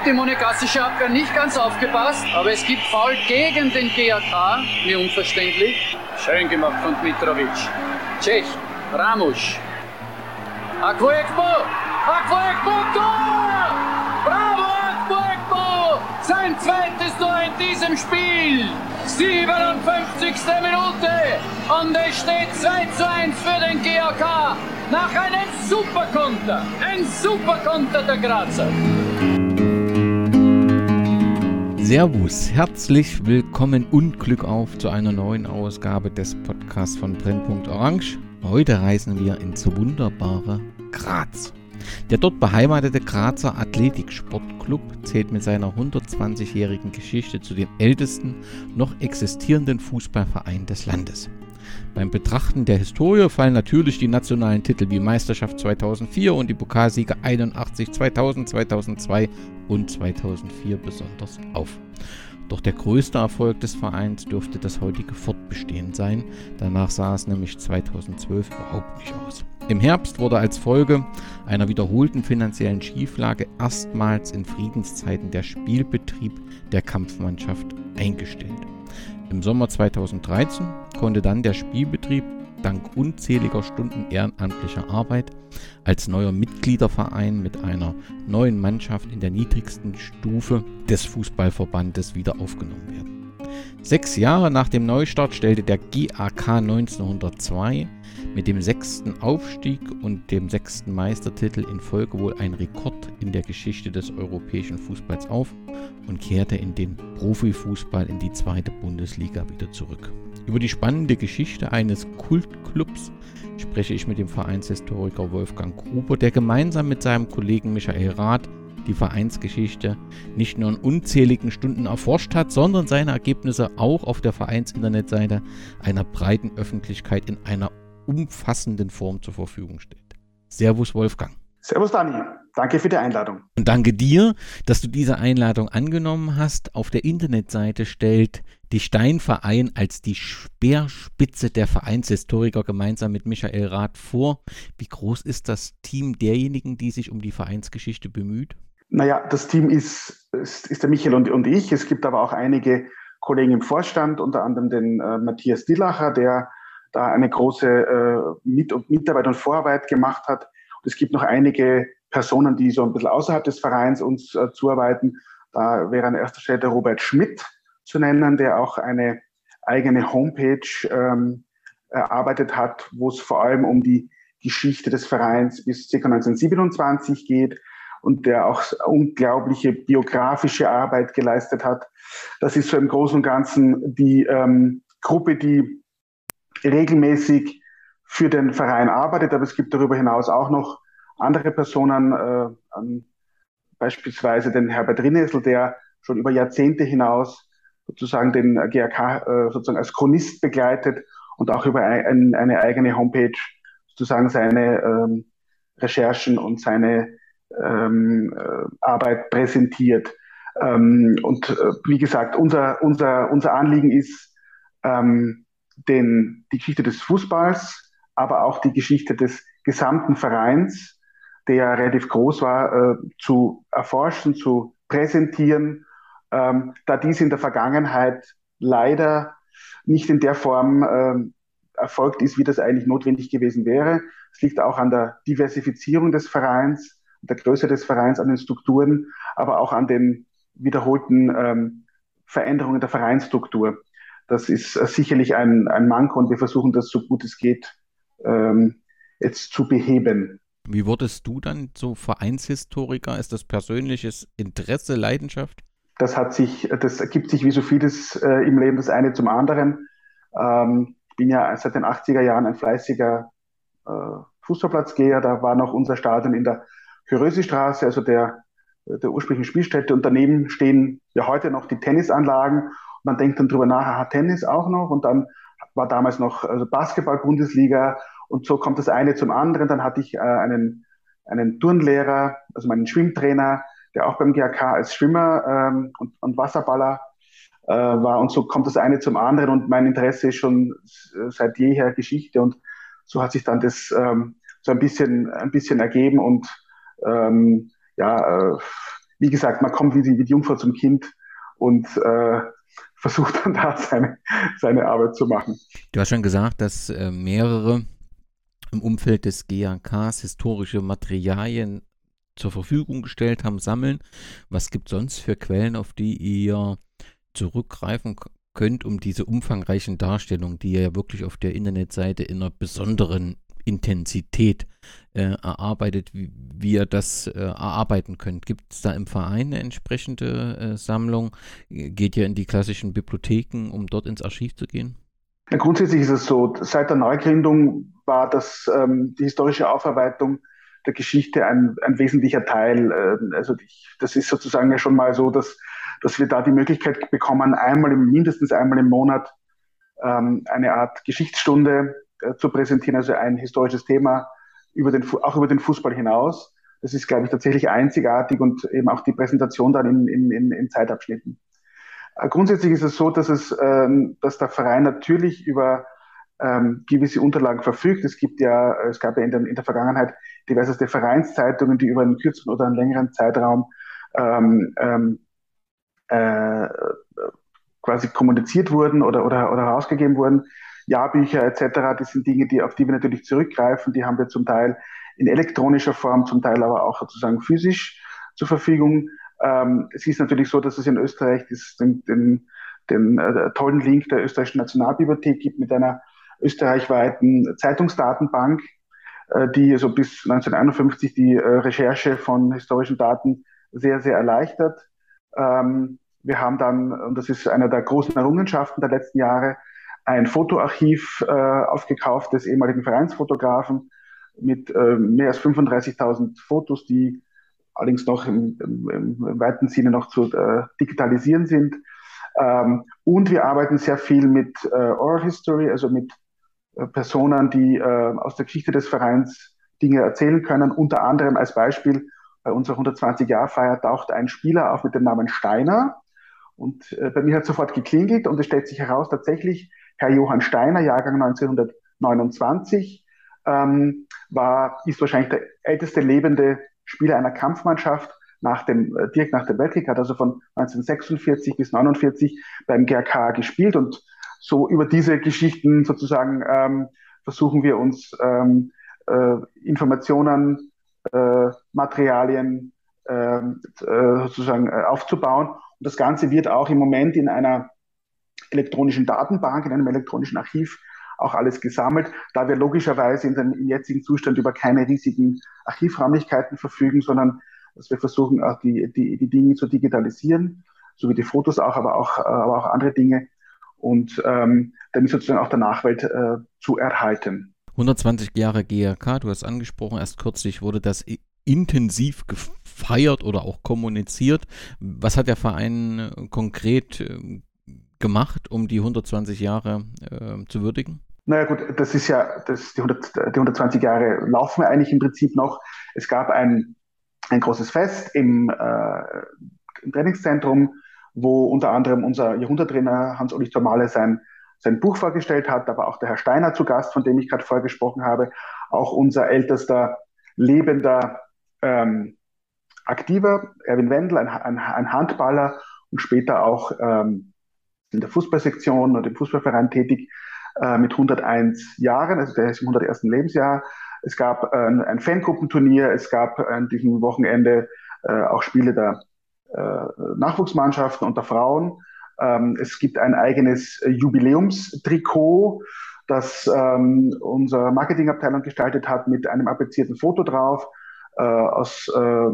die monegassische Abwehr nicht ganz aufgepasst, aber es gibt Foul gegen den GAK, mir unverständlich. Schön gemacht von Dmitrovic. Čech, Ramuš. Akpoegbot, Tor! Bravo Akpoegbot! Sein zweites Tor in diesem Spiel! 57. Minute und es steht 2:1 für den GAK nach einem Superkonter. Ein Superkonter der Grazer. Servus, herzlich willkommen und Glück auf zu einer neuen Ausgabe des Podcasts von Brennpunkt Orange. Heute reisen wir ins wunderbare Graz. Der dort beheimatete Grazer Athletik-Sportclub zählt mit seiner 120-jährigen Geschichte zu den ältesten noch existierenden Fußballvereinen des Landes. Beim Betrachten der Historie fallen natürlich die nationalen Titel wie Meisterschaft 2004 und die Pokalsiege 81, 2000, 2002 und 2004 besonders auf. Doch der größte Erfolg des Vereins dürfte das heutige Fortbestehen sein. Danach sah es nämlich 2012 überhaupt nicht aus. Im Herbst wurde als Folge einer wiederholten finanziellen Schieflage erstmals in Friedenszeiten der Spielbetrieb der Kampfmannschaft eingestellt. Im Sommer 2013 konnte dann der Spielbetrieb dank unzähliger Stunden ehrenamtlicher Arbeit als neuer Mitgliederverein mit einer neuen Mannschaft in der niedrigsten Stufe des Fußballverbandes wieder aufgenommen werden. 6 Jahre nach dem Neustart stellte der GAK 1902 mit dem 6. Aufstieg und dem 6. Meistertitel in Folge wohl ein Rekord in der Geschichte des europäischen Fußballs auf und kehrte in den Profifußball in die 2. Bundesliga wieder zurück. Über die spannende Geschichte eines Kultclubs spreche ich mit dem Vereinshistoriker Wolfgang Gruber, der gemeinsam mit seinem Kollegen Michael Rath die Vereinsgeschichte nicht nur in unzähligen Stunden erforscht hat, sondern seine Ergebnisse auch auf der Vereinsinternetseite einer breiten Öffentlichkeit in einer umfassenden Form zur Verfügung stellt. Servus Wolfgang. Servus Dani, danke für die Einladung. Und danke dir, dass du diese Einladung angenommen hast. Auf der Internetseite stellt die Steinverein als die Speerspitze der Vereinshistoriker gemeinsam mit Michael Rath vor. Wie groß ist das Team derjenigen, die sich um die Vereinsgeschichte bemüht? Naja, das Team ist der Michael und ich. Es gibt aber auch einige Kollegen im Vorstand, unter anderem den Matthias Dillacher, der da eine große Mitarbeit und Vorarbeit gemacht hat. Und es gibt noch einige Personen, die so ein bisschen außerhalb des Vereins uns zuarbeiten. Da wäre an erster Stelle der Robert Schmidt zu nennen, der auch eine eigene Homepage erarbeitet hat, wo es vor allem um die Geschichte des Vereins bis ca. 1927 geht und der auch unglaubliche biografische Arbeit geleistet hat. Das ist so im Großen und Ganzen die Gruppe, die regelmäßig für den Verein arbeitet, aber es gibt darüber hinaus auch noch andere Personen, beispielsweise den Herbert Rinnesl, der schon über Jahrzehnte hinaus sozusagen den GAK sozusagen als Chronist begleitet und auch über eine eigene Homepage sozusagen seine Recherchen und seine Arbeit präsentiert. Und wie gesagt, unser Anliegen ist, die Geschichte des Fußballs, aber auch die Geschichte des gesamten Vereins, der relativ groß war, zu erforschen, zu präsentieren, da dies in der Vergangenheit leider nicht in der Form erfolgt ist, wie das eigentlich notwendig gewesen wäre. Es liegt auch an der Diversifizierung des Vereins, der Größe des Vereins, an den Strukturen, aber auch an den wiederholten Veränderungen der Vereinsstruktur. Das ist sicherlich ein Manko und wir versuchen das so gut es geht jetzt zu beheben. Wie wurdest du dann so Vereinshistoriker? Ist das persönliches Interesse, Leidenschaft? Das ergibt sich wie so vieles im Leben, das eine zum anderen. Ich bin ja seit den 80er Jahren ein fleißiger Fußballplatzgeher. Da war noch unser Stadion in der Körösi-Straße, also der ursprünglichen Spielstätte. Und daneben stehen ja heute noch die Tennisanlagen. Man denkt dann drüber nach, Tennis auch noch. Und dann war damals noch Basketball-Bundesliga. Und so kommt das eine zum anderen. Dann hatte ich einen Turnlehrer, also meinen Schwimmtrainer, der auch beim GAK als Schwimmer und Wasserballer war. Und so kommt das eine zum anderen. Und mein Interesse ist schon seit jeher Geschichte. Und so hat sich dann das so ein bisschen ergeben. Und wie gesagt, man kommt wie die Jungfrau zum Kind und versucht dann da seine Arbeit zu machen. Du hast schon gesagt, dass mehrere im Umfeld des GAKs historische Materialien zur Verfügung gestellt haben, sammeln. Was gibt es sonst für Quellen, auf die ihr zurückgreifen könnt, um diese umfangreichen Darstellungen, die ihr ja wirklich auf der Internetseite in einer besonderen Intensität erarbeitet, wie ihr das erarbeiten könnt? Gibt es da im Verein eine entsprechende Sammlung? Geht ihr in die klassischen Bibliotheken, um dort ins Archiv zu gehen? Ja, grundsätzlich ist es so, seit der Neugründung war die historische Aufarbeitung der Geschichte ein wesentlicher Teil. Das ist sozusagen ja schon mal so, dass wir da die Möglichkeit bekommen, mindestens einmal im Monat eine Art Geschichtsstunde zu präsentieren, also ein historisches Thema auch über den Fußball hinaus. Das ist, glaube ich, tatsächlich einzigartig und eben auch die Präsentation dann in Zeitabschnitten. Grundsätzlich ist es so, dass dass der Verein natürlich über gewisse Unterlagen verfügt. Es gab ja in der Vergangenheit diverseste Vereinszeitungen, die über einen kürzeren oder einen längeren Zeitraum quasi kommuniziert wurden oder herausgegeben wurden. Jahrbücher etc., das sind Dinge, auf die wir natürlich zurückgreifen. Die haben wir zum Teil in elektronischer Form, zum Teil aber auch sozusagen physisch zur Verfügung. Es ist natürlich so, dass es in Österreich den tollen Link der Österreichischen Nationalbibliothek gibt mit einer österreichweiten Zeitungsdatenbank, die so bis 1951 die Recherche von historischen Daten sehr, sehr erleichtert. Wir haben dann, und das ist einer der großen Errungenschaften der letzten Jahre, ein Fotoarchiv aufgekauft des ehemaligen Vereinsfotografen mit mehr als 35.000 Fotos, die allerdings noch im weiten Sinne noch zu digitalisieren sind. Und wir arbeiten sehr viel mit Oral History, also mit Personen, die aus der Geschichte des Vereins Dinge erzählen können. Unter anderem als Beispiel bei unserer 120-Jahr-Feier taucht ein Spieler auf mit dem Namen Steiner. Und bei mir hat sofort geklingelt und es stellt sich heraus, tatsächlich Herr Johann Steiner, Jahrgang 1929, ist wahrscheinlich der älteste lebende Spieler einer Kampfmannschaft direkt nach dem Weltkrieg, hat also von 1946 bis 1949 beim GRK gespielt und so über diese Geschichten sozusagen versuchen wir uns Informationen, Materialien sozusagen aufzubauen. Und das Ganze wird auch im Moment in einer elektronischen Datenbank, in einem elektronischen Archiv auch alles gesammelt, da wir logischerweise im jetzigen Zustand über keine riesigen Archivräumlichkeiten verfügen, sondern dass wir versuchen, auch die Dinge zu digitalisieren, so wie die Fotos auch, aber auch andere Dinge und damit sozusagen auch der Nachwelt zu erhalten. 120 Jahre GRK, du hast angesprochen, erst kürzlich wurde das intensiv gefeiert oder auch kommuniziert. Was hat der Verein konkret gemacht, um die 120 Jahre zu würdigen? Naja gut, die 120 Jahre laufen wir eigentlich im Prinzip noch. Es gab ein großes Fest im Trainingszentrum, wo unter anderem unser Jahrhunderttrainer Hans-Ulrich Thormale sein Buch vorgestellt hat, aber auch der Herr Steiner zu Gast, von dem ich gerade vorher gesprochen habe, auch unser ältester lebender Aktiver, Erwin Wendel, ein Handballer und später auch in der Fußballsektion und im Fußballverein tätig mit 101 Jahren, also der ist im 101. Lebensjahr. Es gab ein Fangruppenturnier, es gab an diesem Wochenende auch Spiele der Nachwuchsmannschaften und der Frauen. Es gibt ein eigenes Jubiläumstrikot, das unsere Marketingabteilung gestaltet hat mit einem apizierten Foto drauf aus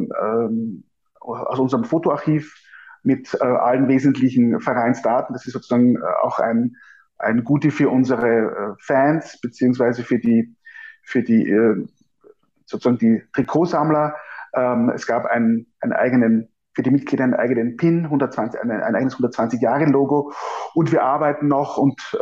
unserem Fotoarchiv mit allen wesentlichen Vereinsdaten. Das ist sozusagen auch ein Goodie für unsere Fans beziehungsweise für die sozusagen die Trikotsammler. Es gab für die Mitglieder einen eigenen Pin, ein eigenes 120-Jahre-Logo und wir arbeiten noch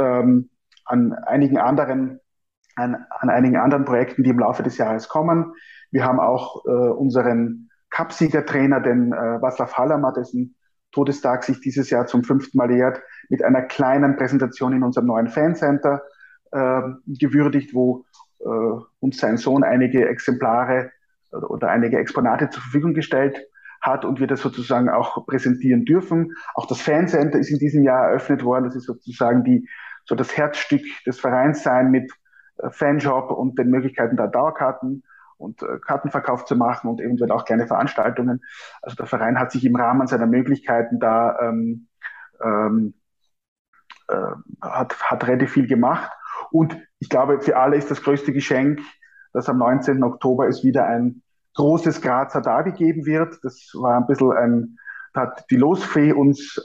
an einigen anderen Projekten, die im Laufe des Jahres kommen. Wir haben auch unseren Cupsieger-Trainer, den Václav Halama, dessen Todestag sich dieses Jahr zum 5. Mal jährt, mit einer kleinen Präsentation in unserem neuen Fancenter gewürdigt, wo uns sein Sohn einige Exemplare oder einige Exponate zur Verfügung gestellt hat und wir das sozusagen auch präsentieren dürfen. Auch das Fancenter ist in diesem Jahr eröffnet worden. Das ist sozusagen so das Herzstück des Vereins sein mit Fanshop und den Möglichkeiten, da Dauerkarten und Kartenverkauf zu machen und eventuell auch kleine Veranstaltungen. Also der Verein hat sich im Rahmen seiner Möglichkeiten da ähm, hat relativ viel gemacht. Und ich glaube, für alle ist das größte Geschenk, dass am 19. Oktober es wieder ein großes Grazer Derby geben wird. Das war ein bisschen da hat die Losfee uns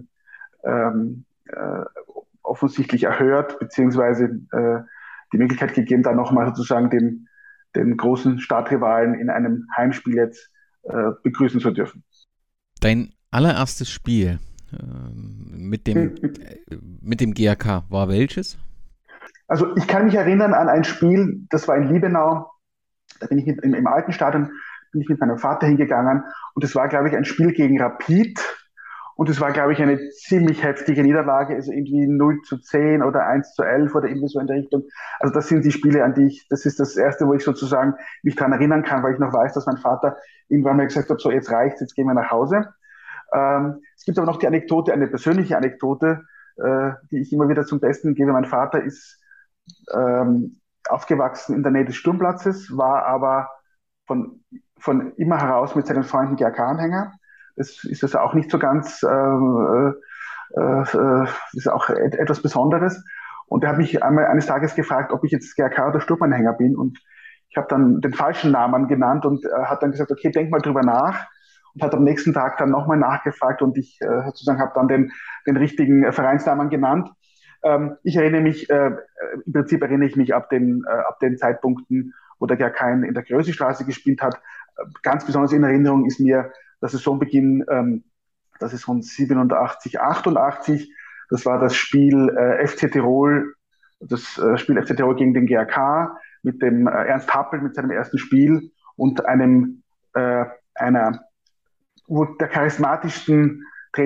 offensichtlich erhört, beziehungsweise die Möglichkeit gegeben, da nochmal sozusagen den großen Stadtrivalen in einem Heimspiel jetzt begrüßen zu dürfen. Dein allererstes Spiel mit dem GAK war welches? Also ich kann mich erinnern an ein Spiel, das war in Liebenau, da bin ich im alten Stadion, bin ich mit meinem Vater hingegangen und es war, glaube ich, ein Spiel gegen Rapid und es war, glaube ich, eine ziemlich heftige Niederlage, also irgendwie 0:10 oder 1:11 oder irgendwie so in der Richtung. Also das sind die Spiele, das ist das erste, wo ich sozusagen mich daran erinnern kann, weil ich noch weiß, dass mein Vater irgendwann mal gesagt hat, so jetzt reicht's, jetzt gehen wir nach Hause. Es gibt aber noch die Anekdote, eine persönliche Anekdote, die ich immer wieder zum Besten gebe. Mein Vater ist aufgewachsen in der Nähe des Sturmplatzes, war aber von immer heraus mit seinen Freunden GAK-Anhänger. Das ist also auch nicht so ganz, ist auch etwas Besonderes. Und er hat mich einmal eines Tages gefragt, ob ich jetzt GAK oder Sturmanhänger bin. Und ich habe dann den falschen Namen genannt und hat dann gesagt, okay, denk mal drüber nach. Und hat am nächsten Tag dann nochmal nachgefragt und ich sozusagen habe dann den richtigen Vereinsnamen genannt. Ich erinnere mich, im Prinzip erinnere ich mich ab den Zeitpunkten, wo der GAK in der Größestraße gespielt hat. Ganz besonders in Erinnerung ist mir der Saisonbeginn, das ist von 87, 88. Das war das Spiel FC Tirol, das Spiel FC Tirol gegen den GAK mit dem Ernst Happel mit seinem ersten Spiel und einer der charismatischsten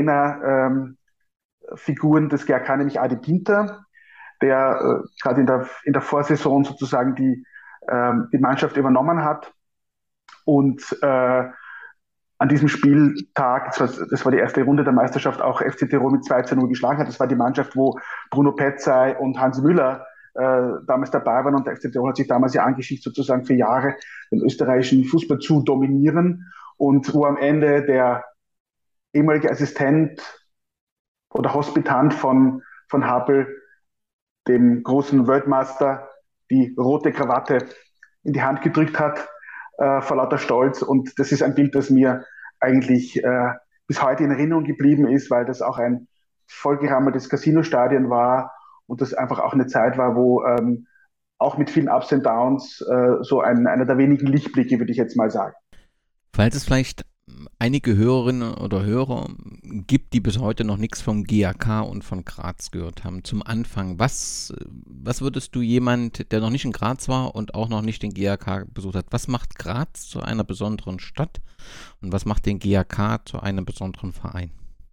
Trainerfiguren des GAK, nämlich Adi Pinter, der gerade in der Vorsaison sozusagen die Mannschaft übernommen hat. Und an diesem Spieltag, das war die erste Runde der Meisterschaft, auch FC Tirol mit 2:0 geschlagen hat. Das war die Mannschaft, wo Bruno Petzay und Hans Müller damals dabei waren. Und der FC Tirol hat sich damals ja angeschickt, sozusagen für Jahre den österreichischen Fußball zu dominieren. Und wo am Ende der ehemalige Assistent oder Hospitant von Happel dem großen Weltmeister die rote Krawatte in die Hand gedrückt hat, vor lauter Stolz. Und das ist ein Bild, das mir eigentlich bis heute in Erinnerung geblieben ist, weil das auch ein vollgerammeltes Casino-Stadion war und das einfach auch eine Zeit war, wo auch mit vielen Ups und Downs so einer der wenigen Lichtblicke, würde ich jetzt mal sagen. Falls es vielleicht einige Hörerinnen oder Hörer gibt, die bis heute noch nichts vom GAK und von Graz gehört haben, zum Anfang, was würdest du jemand, der noch nicht in Graz war und auch noch nicht den GAK besucht hat, was macht Graz zu einer besonderen Stadt und was macht den GAK zu einem besonderen Verein?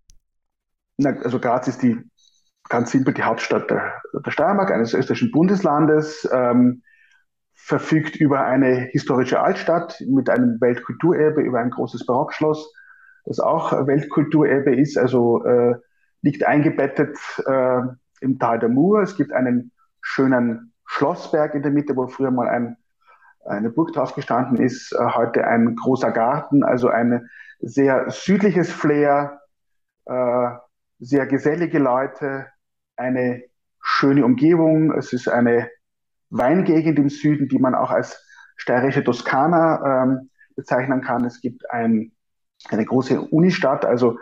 Also Graz ist ganz simpel die Hauptstadt der Steiermark, eines österreichischen Bundeslandes, verfügt über eine historische Altstadt mit einem Weltkulturerbe, über ein großes Barockschloss, das auch Weltkulturerbe ist, also liegt eingebettet im Tal der Mur. Es gibt einen schönen Schlossberg in der Mitte, wo früher mal eine Burg drauf gestanden ist, heute ein großer Garten, also ein sehr südliches Flair, sehr gesellige Leute, eine schöne Umgebung. Es ist eine Weingegend im Süden, die man auch als steirische Toskana bezeichnen kann. Es gibt eine große Unistadt, also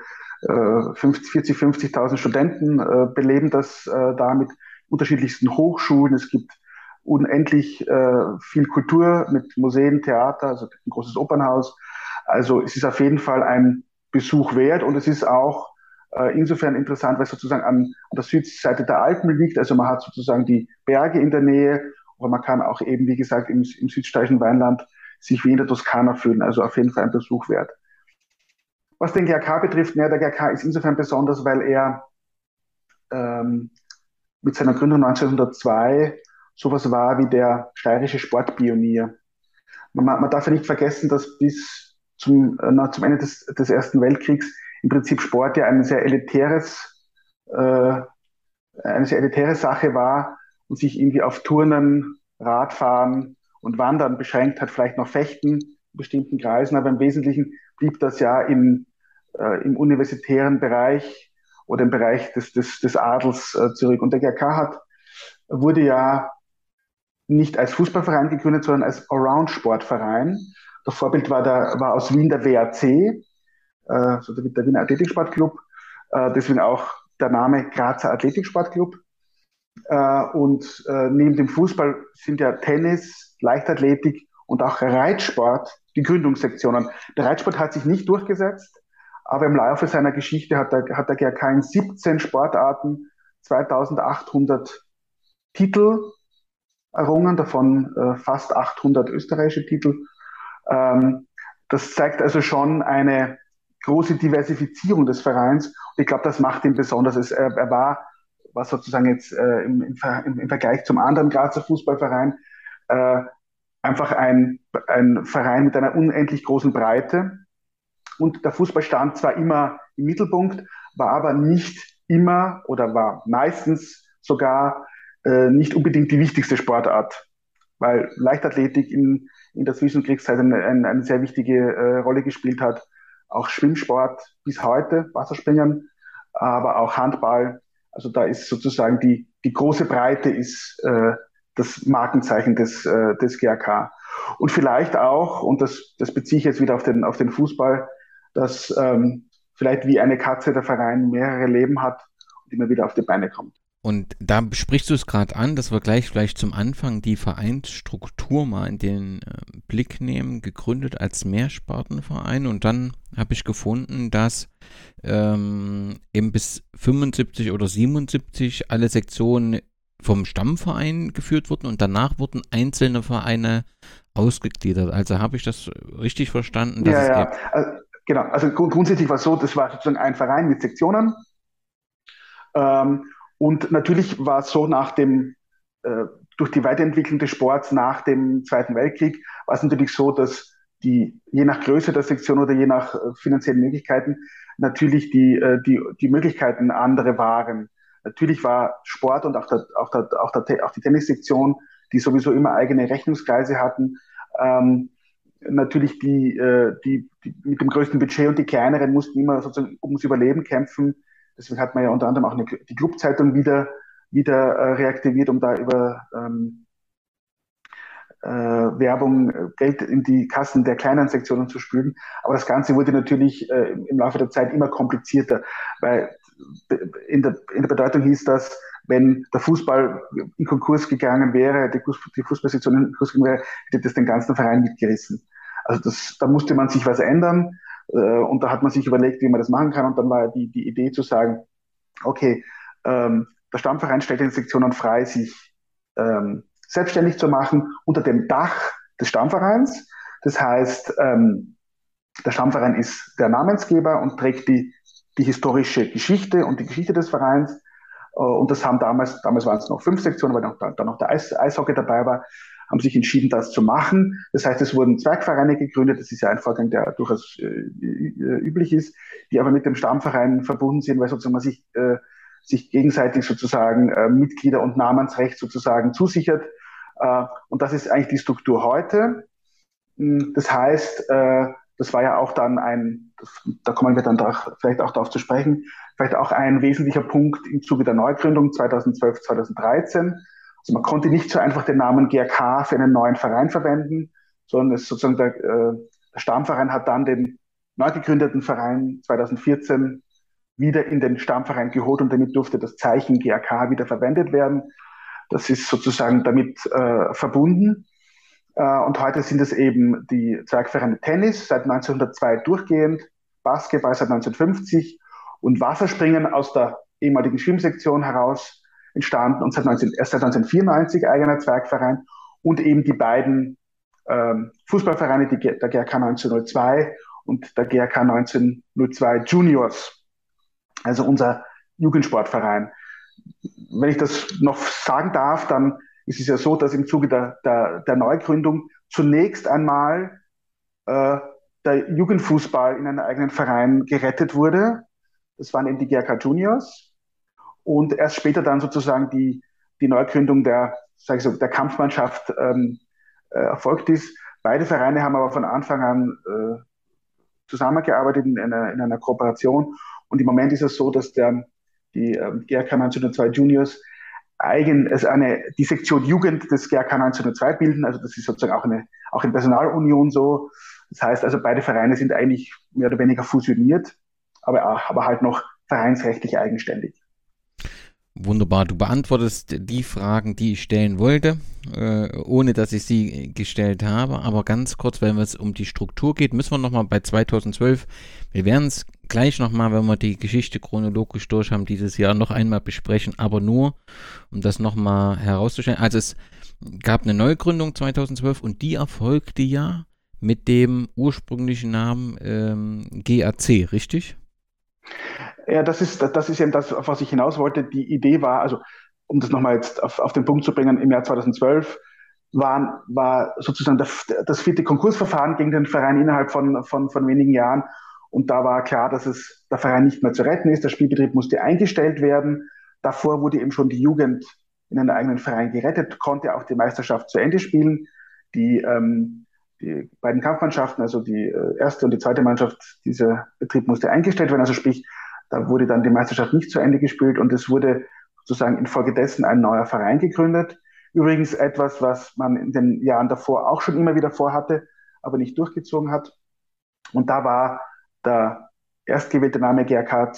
50.000 Studenten beleben das da mit unterschiedlichsten Hochschulen. Es gibt unendlich viel Kultur mit Museen, Theater, also ein großes Opernhaus. Also es ist auf jeden Fall ein Besuch wert und es ist auch insofern interessant, weil es sozusagen an der Südseite der Alpen liegt. Also man hat sozusagen die Berge in der Nähe, aber man kann auch eben, wie gesagt, im südsteirischen Weinland sich wie in der Toskana fühlen. Also auf jeden Fall ein Besuch wert. Was den GAK betrifft, der GAK ist insofern besonders, weil er mit seiner Gründung 1902 sowas war wie der steirische Sportpionier. Man darf ja nicht vergessen, dass bis zum Ende des Ersten Weltkriegs im Prinzip Sport ja eine sehr elitäre Sache war und sich irgendwie auf Turnen, Radfahren und Wandern beschränkt hat, vielleicht noch Fechten in bestimmten Kreisen, aber im Wesentlichen blieb das ja im universitären Bereich oder im Bereich des Adels zurück. Und der GRK wurde ja nicht als Fußballverein gegründet, sondern als Allround-Sportverein. Das Vorbild war aus Wien der WAC, so der Wiener Athletiksportclub, deswegen auch der Name Grazer Athletiksportclub. Und neben dem Fußball sind ja Tennis, Leichtathletik und auch Reitsport die Gründungssektionen. Der Reitsport hat sich nicht durchgesetzt, aber im Laufe seiner Geschichte hat der GRK in 17 Sportarten 2800 Titel errungen, davon fast 800 österreichische Titel. Das zeigt also schon eine große Diversifizierung des Vereins. Und ich glaube, das macht ihn besonders. Er war, was sozusagen jetzt im Vergleich zum anderen Grazer Fußballverein, einfach ein Verein mit einer unendlich großen Breite. Und der Fußball stand zwar immer im Mittelpunkt, war aber nicht immer oder war meistens sogar nicht unbedingt die wichtigste Sportart, weil Leichtathletik in der Zwischenkriegszeit eine sehr wichtige Rolle gespielt hat. Auch Schwimmsport bis heute, Wasserspringen, aber auch Handball. Also da ist sozusagen die große Breite ist das Markenzeichen des GRK. Und vielleicht auch, und das beziehe ich jetzt wieder auf den Fußball, dass vielleicht wie eine Katze der Verein mehrere Leben hat und immer wieder auf die Beine kommt. Und da sprichst du es gerade an, dass wir gleich vielleicht zum Anfang die Vereinsstruktur mal in den Blick nehmen, gegründet als Mehrsportenverein. Und dann habe ich gefunden, dass eben bis 75 oder 77 alle Sektionen vom Stammverein geführt wurden und danach wurden einzelne Vereine ausgegliedert. Also habe ich das richtig verstanden? Dass genau. Also grundsätzlich war es so, das war sozusagen ein Verein mit Sektionen. Und natürlich war es so, durch die Weiterentwicklung des Sports nach dem Zweiten Weltkrieg, war es natürlich so, dass je nach Größe der Sektion oder je nach finanziellen Möglichkeiten natürlich die Möglichkeiten andere waren. Natürlich war Sport und auch die Tennissektion, die sowieso immer eigene Rechnungskreise hatten, natürlich die mit dem größten Budget, und die kleineren mussten immer sozusagen ums Überleben kämpfen. Deswegen hat man ja unter anderem auch die Clubzeitung wieder reaktiviert, um da über Werbung Geld in die Kassen der kleinen Sektionen zu spülen. Aber das Ganze wurde natürlich im Laufe der Zeit immer komplizierter, weil in der Bedeutung hieß das, wenn der Fußball in Konkurs gegangen wäre, die Fußballsektion in Konkurs gegangen wäre, hätte das den ganzen Verein mitgerissen. Also da musste man sich was ändern. Und da hat man sich überlegt, wie man das machen kann. Und dann war die Idee zu sagen, okay, der Stammverein stellt den Sektionen frei, sich selbstständig zu machen unter dem Dach des Stammvereins. Das heißt, der Stammverein ist der Namensgeber und trägt die historische Geschichte und die Geschichte des Vereins. Und das haben damals waren es noch 5 Sektionen, weil dann noch der Eishockey dabei war, haben sich entschieden, das zu machen. Das heißt, es wurden Zwergvereine gegründet. Das ist ja ein Vorgang, der durchaus üblich ist, die aber mit dem Stammverein verbunden sind, weil sozusagen man sich gegenseitig sozusagen Mitglieder und Namensrecht sozusagen zusichert. Und das ist eigentlich die Struktur heute. Das heißt, das war ja auch dann da kommen wir dann vielleicht auch darauf zu sprechen, vielleicht auch ein wesentlicher Punkt im Zuge der Neugründung 2012, 2013. Also man konnte nicht so einfach den Namen GRK für einen neuen Verein verwenden, sondern der Stammverein hat dann den neu gegründeten Verein 2014 wieder in den Stammverein geholt und damit durfte das Zeichen GRK wieder verwendet werden. Das ist sozusagen damit verbunden. Und heute sind es eben die Zwergvereine Tennis seit 1902 durchgehend, Basketball seit 1950 und Wasserspringen aus der ehemaligen Schwimmsektion heraus entstanden und erst seit 1994 eigener Zwergverein, und eben die beiden Fußballvereine, der GRK 1902 und der GRK 1902 Juniors, also unser Jugendsportverein. Wenn ich das noch sagen darf, dann ist es ja so, dass im Zuge der Neugründung zunächst einmal der Jugendfußball in einem eigenen Verein gerettet wurde. Das waren eben die GRK Juniors. Und erst später dann sozusagen die Neugründung der Kampfmannschaft erfolgt ist. Beide Vereine haben aber von Anfang an zusammengearbeitet in einer Kooperation. Und im Moment ist es so, dass die GRK 1902 Juniors die Sektion Jugend des GRK 1902 bilden. Also das ist sozusagen auch in Personalunion so. Das heißt also, beide Vereine sind eigentlich mehr oder weniger fusioniert, aber halt noch vereinsrechtlich eigenständig. Wunderbar, du beantwortest die Fragen, die ich stellen wollte, ohne dass ich sie gestellt habe. Aber ganz kurz, wenn es um die Struktur geht, müssen wir nochmal bei 2012, wir werden es gleich nochmal, wenn wir die Geschichte chronologisch durch haben, dieses Jahr noch einmal besprechen, aber nur, um das nochmal herauszustellen. Also es gab eine Neugründung 2012 und die erfolgte ja mit dem ursprünglichen Namen GAC, richtig? Ja, das ist eben das, auf was ich hinaus wollte. Die Idee war, also um das nochmal jetzt auf den Punkt zu bringen, im Jahr 2012 war sozusagen das vierte Konkursverfahren gegen den Verein innerhalb von wenigen Jahren. Und da war klar, dass der Verein nicht mehr zu retten ist. Der Spielbetrieb musste eingestellt werden. Davor wurde eben schon die Jugend in einen eigenen Verein gerettet, konnte auch die Meisterschaft zu Ende spielen. Die beiden Kampfmannschaften, also die erste und die zweite Mannschaft, dieser Betrieb musste eingestellt werden. Also sprich, da wurde dann die Meisterschaft nicht zu Ende gespielt und es wurde sozusagen infolgedessen ein neuer Verein gegründet. Übrigens etwas, was man in den Jahren davor auch schon immer wieder vorhatte, aber nicht durchgezogen hat. Und da war der erstgewählte Name GRK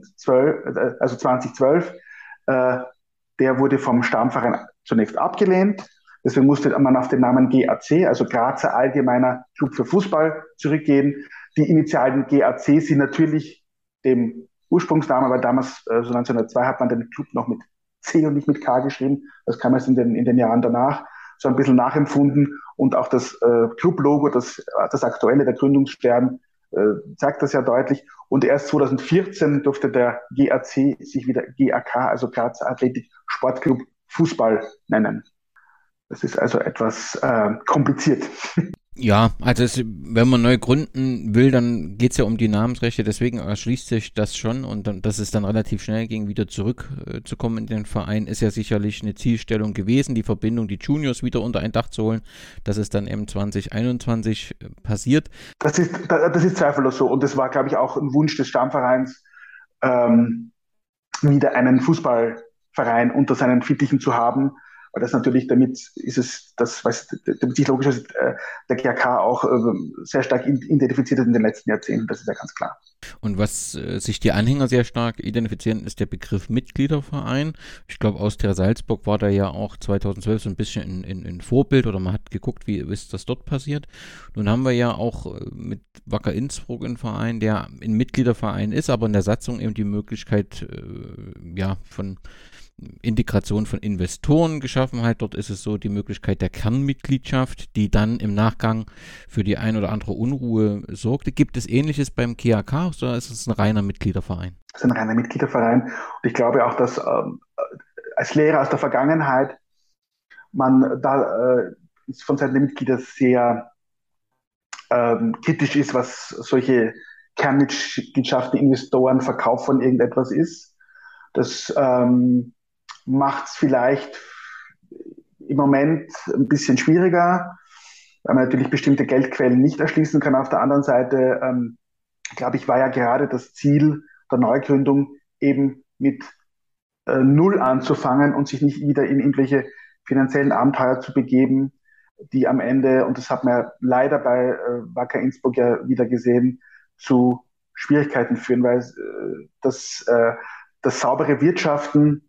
2012, der wurde vom Stammverein zunächst abgelehnt. Deswegen musste man auf den Namen GAC, also Grazer Allgemeiner Club für Fußball, zurückgehen. Die Initialen GAC sind natürlich dem Ursprungsnamen, aber damals, so 1902, hat man den Club noch mit C und nicht mit K geschrieben. Das kam erst in den Jahren danach so ein bisschen nachempfunden. Und auch das Club-Logo, das aktuelle, der Gründungsstern, zeigt das ja deutlich. Und erst 2014 durfte der GAC sich wieder GAK, also Grazer Athletik Sportclub Fußball, nennen. Das ist also etwas kompliziert. Ja, also wenn man neu gründen will, dann geht es ja um die Namensrechte, deswegen erschließt sich das schon und dann, dass es dann relativ schnell ging, wieder zurückzukommen in den Verein, ist ja sicherlich eine Zielstellung gewesen, die Verbindung, die Juniors wieder unter ein Dach zu holen. Das ist dann eben 2021 passiert. Das ist zweifellos so und das war, glaube ich, auch ein Wunsch des Stammvereins, wieder einen Fußballverein unter seinen Fittichen zu haben. Weil das natürlich, damit sich logisch ist, der GRK auch sehr stark identifiziert hat in den letzten Jahrzehnten, das ist ja ganz klar. Und was sich die Anhänger sehr stark identifizieren, ist der Begriff Mitgliederverein. Ich glaube, Austria Salzburg war da ja auch 2012 so ein bisschen in Vorbild oder man hat geguckt, wie ist das dort passiert. Nun haben wir ja auch mit Wacker Innsbruck einen Verein, der ein Mitgliederverein ist, aber in der Satzung eben die Möglichkeit von Integration von Investoren geschaffen hat. Dort ist es so die Möglichkeit der Kernmitgliedschaft, die dann im Nachgang für die ein oder andere Unruhe sorgte. Gibt es Ähnliches beim GAK oder ist es ein reiner Mitgliederverein? Es ist ein reiner Mitgliederverein und ich glaube auch, dass als Lehrer aus der Vergangenheit man da von Seiten der Mitglieder sehr kritisch ist, was solche Kernmitgliedschaften, Investoren, Verkauf von irgendetwas ist. Das macht es vielleicht im Moment ein bisschen schwieriger, weil man natürlich bestimmte Geldquellen nicht erschließen kann. Auf der anderen Seite, glaube ich, war ja gerade das Ziel der Neugründung eben mit Null anzufangen und sich nicht wieder in irgendwelche finanziellen Abenteuer zu begeben, die am Ende, und das hat man ja leider bei Wacker Innsbruck ja wieder gesehen, zu Schwierigkeiten führen, weil das saubere Wirtschaften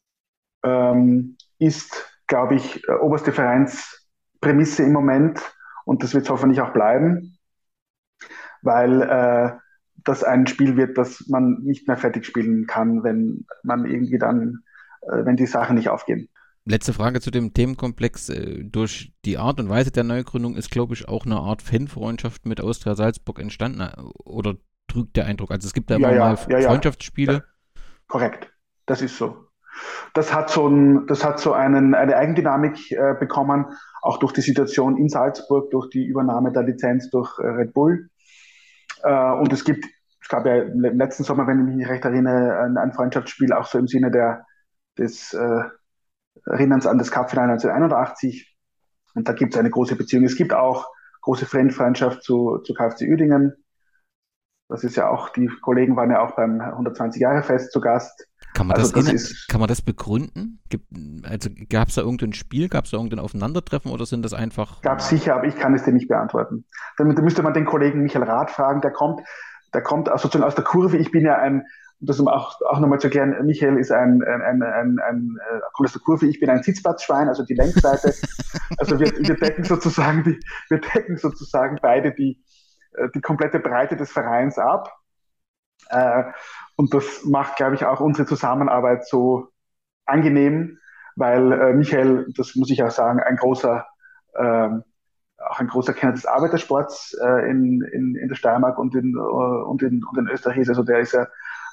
ist, glaube ich, oberste Vereinsprämisse im Moment und das wird es hoffentlich auch bleiben, weil das ein Spiel wird, das man nicht mehr fertig spielen kann, wenn man irgendwie dann, wenn die Sachen nicht aufgehen. Letzte Frage zu dem Themenkomplex. Durch die Art und Weise der Neugründung ist, glaube ich, auch eine Art Fanfreundschaft mit Austria Salzburg entstanden, oder trügt der Eindruck? Also es gibt da immer mal Freundschaftsspiele. Ja. Korrekt, das ist so. Das hat so eine Eigendynamik bekommen, auch durch die Situation in Salzburg, durch die Übernahme der Lizenz durch Red Bull. Und es gab ja im letzten Sommer, wenn ich mich recht erinnere, ein Freundschaftsspiel auch so im Sinne des Erinnerns an das Cup-Finale 1981. Und da gibt es eine große Beziehung. Es gibt auch große Freundschaft zu KFC Uerdingen. Das ist ja auch, die Kollegen waren ja auch beim 120-Jahre-Fest zu Gast. Kann man das begründen? Gab es da irgendein Spiel, gab es da irgendein Aufeinandertreffen oder sind das einfach... Gab es sicher, aber ich kann es dir nicht beantworten. Da müsste man den Kollegen Michael Rath fragen, der kommt sozusagen aus der Kurve. Ich bin ja um das auch nochmal zu erklären, Michael ist kommt aus der Kurve, ich bin ein Sitzplatzschwein, also die Längsseite. Also wir decken sozusagen beide die komplette Breite des Vereins ab. Und das macht, glaube ich, auch unsere Zusammenarbeit so angenehm, weil Michael, das muss ich auch sagen, auch ein großer Kenner des Arbeitersports in der Steiermark und in Österreich ist. Also der ist ja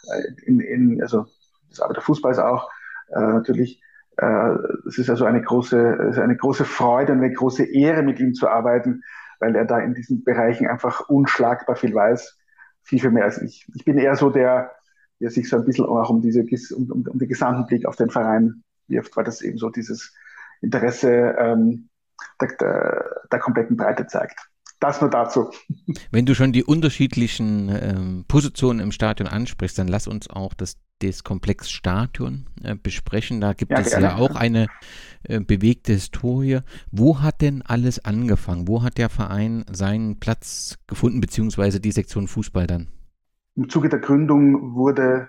also des Arbeiterfußballs auch natürlich. Es ist also eine große Freude und eine große Ehre, mit ihm zu arbeiten, weil er da in diesen Bereichen einfach unschlagbar viel weiß, viel mehr als ich. Ich bin eher so der sich so ein bisschen auch um den gesamten Blick auf den Verein wirft, weil das eben so dieses Interesse der kompletten Breite zeigt. Das nur dazu. Wenn du schon die unterschiedlichen Positionen im Stadion ansprichst, dann lass uns auch das Komplexstadion besprechen. Da gibt es ja auch eine bewegte Historie. Wo hat denn alles angefangen? Wo hat der Verein seinen Platz gefunden, beziehungsweise die Sektion Fußball dann? Im Zuge der Gründung wurde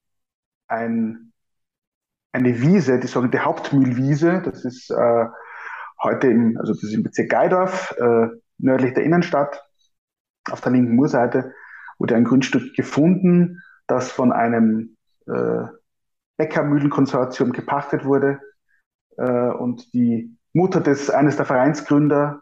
eine Wiese, die sogenannte Hauptmühlwiese, das ist heute das ist im Bezirk Gaidorf, nördlich der Innenstadt, auf der linken Murseite, wurde ein Grundstück gefunden, das von einem Bäckermühlenkonsortium gepachtet wurde. Und die Mutter eines der Vereinsgründer,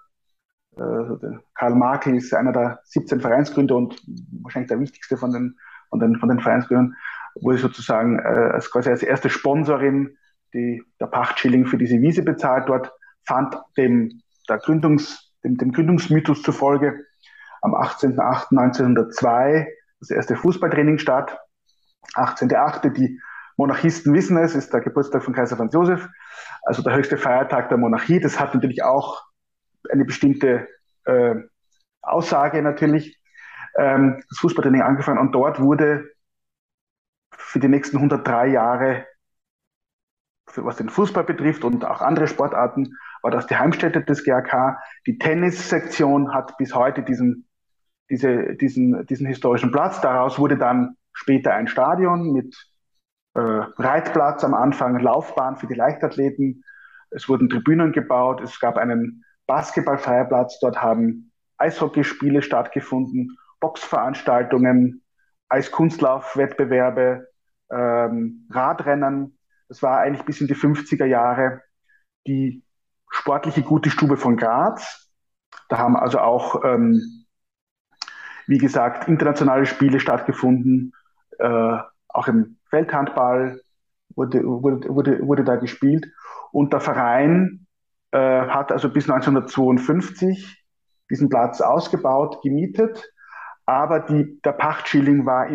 Karl Markel, ist einer der 17 Vereinsgründer und wahrscheinlich der wichtigste von den Vereinsgründern, wurde sozusagen quasi als erste Sponsorin der Pachtschilling für diese Wiese bezahlt. Dort fand dem Gründungsmythos zufolge am 18.08.1902 das erste Fußballtraining statt. 18.08. Die Monarchisten wissen es, ist der Geburtstag von Kaiser Franz Josef, also der höchste Feiertag der Monarchie. Das hat natürlich auch eine bestimmte Aussage natürlich. Das Fußballtraining angefangen und dort wurde für die nächsten 103 Jahre, was den Fußball betrifft und auch andere Sportarten, war das die Heimstätte des GAK. Die Tennissektion hat bis heute diesen historischen Platz. Daraus wurde dann später ein Stadion mit Reitplatz am Anfang, Laufbahn für die Leichtathleten. Es wurden Tribünen gebaut. Es gab einen Basketballfreiplatz. Dort haben Eishockeyspiele stattgefunden, Boxveranstaltungen, Eiskunstlaufwettbewerbe, Radrennen. Das war eigentlich bis in die 50er Jahre die sportliche gute Stube von Graz. Da haben also auch, wie gesagt, internationale Spiele stattgefunden. Auch im Feldhandball wurde da gespielt. Und der Verein hat also bis 1952 diesen Platz ausgebaut, gemietet. Aber der Pachtschilling wurde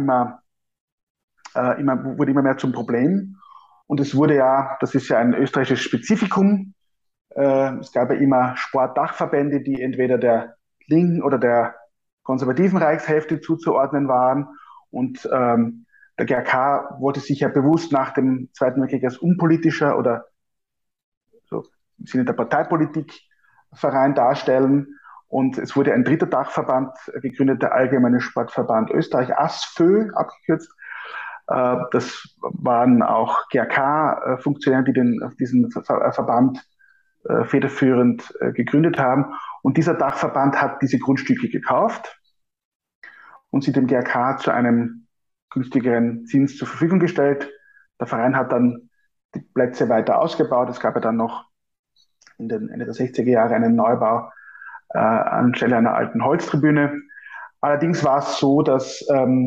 immer mehr zum Problem. Und es wurde ja, das ist ja ein österreichisches Spezifikum, es gab ja immer Sportdachverbände, die entweder der linken oder der konservativen Reichshälfte zuzuordnen waren. Und der GAK wollte sich ja bewusst nach dem Zweiten Weltkrieg als unpolitischer oder so im Sinne der Parteipolitik Verein darstellen. Und es wurde ein dritter Dachverband gegründet, der Allgemeine Sportverband Österreich, ASFÖ abgekürzt. Das waren auch GAK-Funktionäre, die diesen Verband federführend gegründet haben. Und dieser Dachverband hat diese Grundstücke gekauft und sie dem GAK zu einem günstigeren Zins zur Verfügung gestellt. Der Verein hat dann die Plätze weiter ausgebaut. Es gab ja dann noch Ende der 60er Jahre einen Neubau anstelle einer alten Holztribüne. Allerdings war es so, dass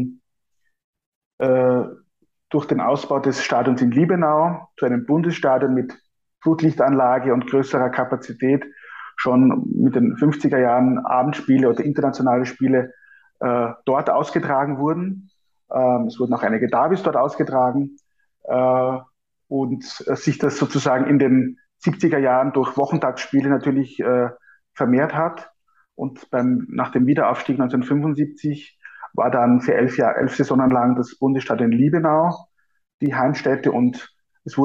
durch den Ausbau des Stadions in Liebenau zu einem Bundesstadion mit Flutlichtanlage und größerer Kapazität schon mit den 50er Jahren Abendspiele oder internationale Spiele dort ausgetragen wurden. Es wurden auch einige Derbys dort ausgetragen. Und sich das sozusagen in den 70er Jahren durch Wochentagsspiele natürlich vermehrt hat. Und nach dem Wiederaufstieg 1975 war dann für 11 Saisonen lang das Bundesstadion Liebenau die Heimstätte, und es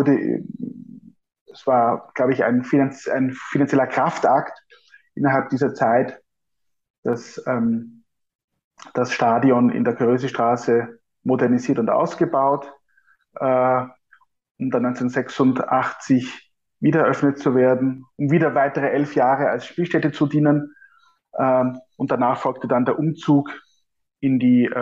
war, glaube ich, ein finanzieller Kraftakt innerhalb dieser Zeit, dass das Stadion in der Körösestraße modernisiert und ausgebaut, um dann 1986 wieder eröffnet zu werden, um wieder weitere 11 Jahre als Spielstätte zu dienen. Und danach folgte dann der Umzug in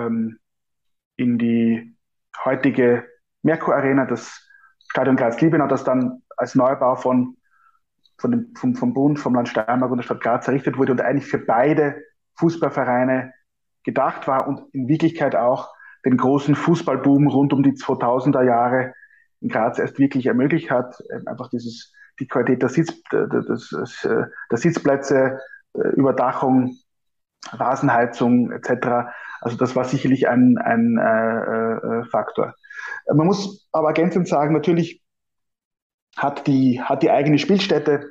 die heutige Merkur Arena, das Stadion Graz-Liebenau, das dann als Neubau vom Bund, vom Land Steiermark und der Stadt Graz errichtet wurde und eigentlich für beide Fußballvereine gedacht war und in Wirklichkeit auch den großen Fußballboom rund um die 2000er Jahre in Graz erst wirklich ermöglicht hat. Einfach die Qualität der Sitzplätze, Überdachung, Rasenheizung etc. Also das war sicherlich ein Faktor. Man muss aber ergänzend sagen, natürlich hat die eigene Spielstätte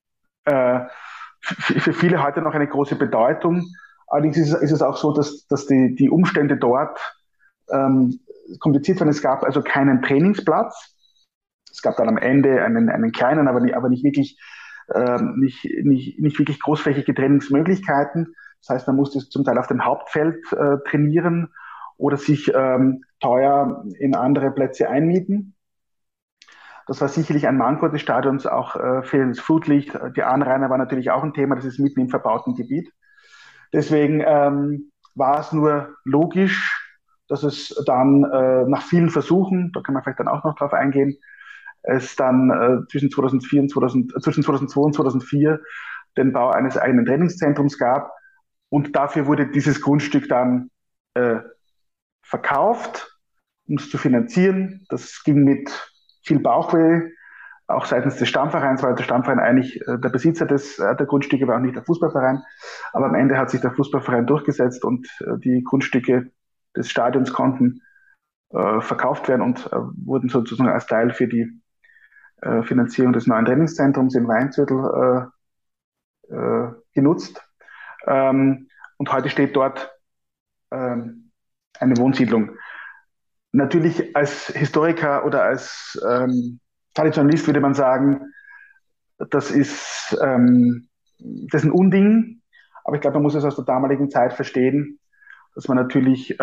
für viele heute noch eine große Bedeutung. Allerdings ist es auch so, dass die Umstände dort kompliziert waren. Es gab also keinen Trainingsplatz. Es gab dann am Ende einen kleinen, aber nicht wirklich nicht wirklich großflächige Trainingsmöglichkeiten. Das heißt, man musste zum Teil auf dem Hauptfeld trainieren oder sich teuer in andere Plätze einmieten. Das war sicherlich ein Manko des Stadions, auch fehlendes Flutlicht. Die Anrainer war natürlich auch ein Thema, das ist mitten im verbauten Gebiet. Deswegen war es nur logisch, dass es dann nach vielen Versuchen, da kann man vielleicht dann auch noch drauf eingehen, es dann zwischen 2002 und 2004 den Bau eines eigenen Trainingszentrums gab. Und dafür wurde dieses Grundstück dann verkauft, um es zu finanzieren. Das ging mit viel Bauchweh, auch seitens des Stammvereins, weil der Stammverein eigentlich der Besitzer der Grundstücke war, auch nicht der Fußballverein. Aber am Ende hat sich der Fußballverein durchgesetzt und die Grundstücke des Stadions konnten verkauft werden und wurden sozusagen als Teil für die Finanzierung des neuen Trainingszentrums im Weinviertel genutzt. Und heute steht dort eine Wohnsiedlung. Natürlich als Historiker oder als Traditionalist würde man sagen, das ist ein Unding. Aber ich glaube, man muss es aus der damaligen Zeit verstehen, dass man natürlich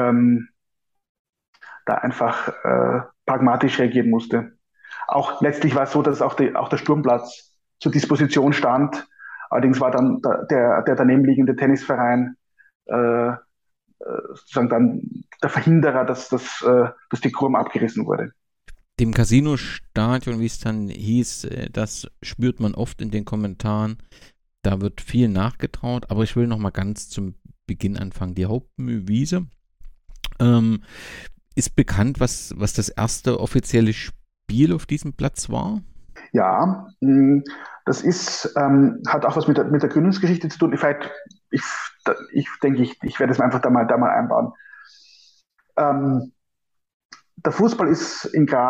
da einfach pragmatisch reagieren musste. Auch letztlich war es so, dass auch der Sturmplatz zur Disposition stand. Allerdings war dann der daneben liegende Tennisverein sozusagen dann der Verhinderer, dass die Kurve abgerissen wurde. Dem Casino-Stadion, wie es dann hieß, das spürt man oft in den Kommentaren. Da wird viel nachgetraut, aber ich will noch mal ganz zum Beginn anfangen. Die Hauptmühlwiese ist bekannt, was das erste offizielle Spiel auf diesem Platz war? Ja, das hat auch was mit der Gründungsgeschichte zu tun. Ich denke, ich werde es einfach da mal einbauen. Der Fußball ist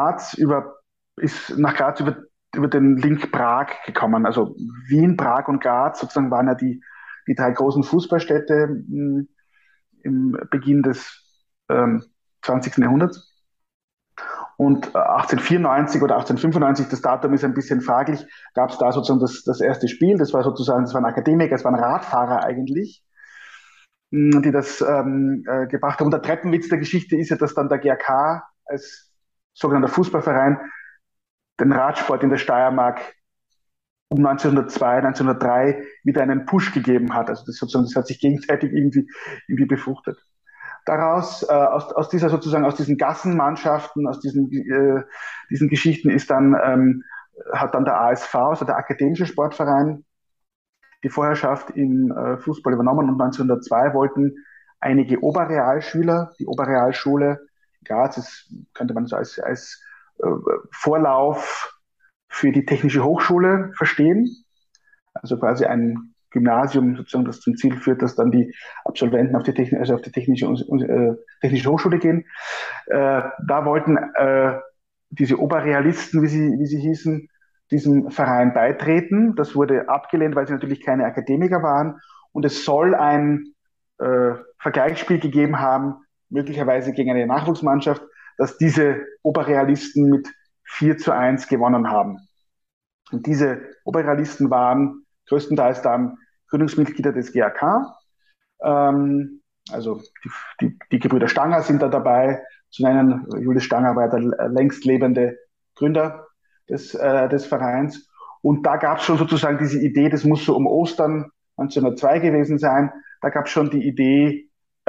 nach Graz über den Link Prag gekommen. Also Wien, Prag und Graz sozusagen waren ja die drei großen Fußballstädte im Beginn des 20. Jahrhunderts. Und 1894 oder 1895, das Datum ist ein bisschen fraglich, gab es da sozusagen das erste Spiel. Das waren Akademiker, das waren Radfahrer eigentlich, die das gebracht haben. Und der Treppenwitz der Geschichte ist ja, dass dann der GRK als sogenannter Fußballverein den Radsport in der Steiermark um 1902, 1903 wieder einen Push gegeben hat. Also das hat sich gegenseitig irgendwie befruchtet. Daraus, aus diesen Gassenmannschaften, aus diesen Geschichten hat dann der ASV, also der Akademische Sportverein, die Vorherrschaft im Fußball übernommen, und 1902 wollten einige Oberrealschüler, die Oberrealschule Graz, könnte man so als Vorlauf für die Technische Hochschule verstehen, also quasi ein Gymnasium sozusagen, das zum Ziel führt, dass dann die Absolventen auf die technische Hochschule gehen. Da wollten diese Oberrealisten, wie sie hießen, diesem Verein beitreten. Das wurde abgelehnt, weil sie natürlich keine Akademiker waren. Und es soll ein Vergleichsspiel gegeben haben, möglicherweise gegen eine Nachwuchsmannschaft, dass diese Oberrealisten mit 4:1 gewonnen haben. Und diese Oberrealisten waren größtenteils dann Gründungsmitglieder des GAK. Also die Gebrüder Stanger sind da dabei zu nennen. Julius Stanger war der längst lebende Gründer des Vereins. Und da gab es schon sozusagen diese Idee, das muss so um Ostern 1902 gewesen sein. Da gab es schon die Idee,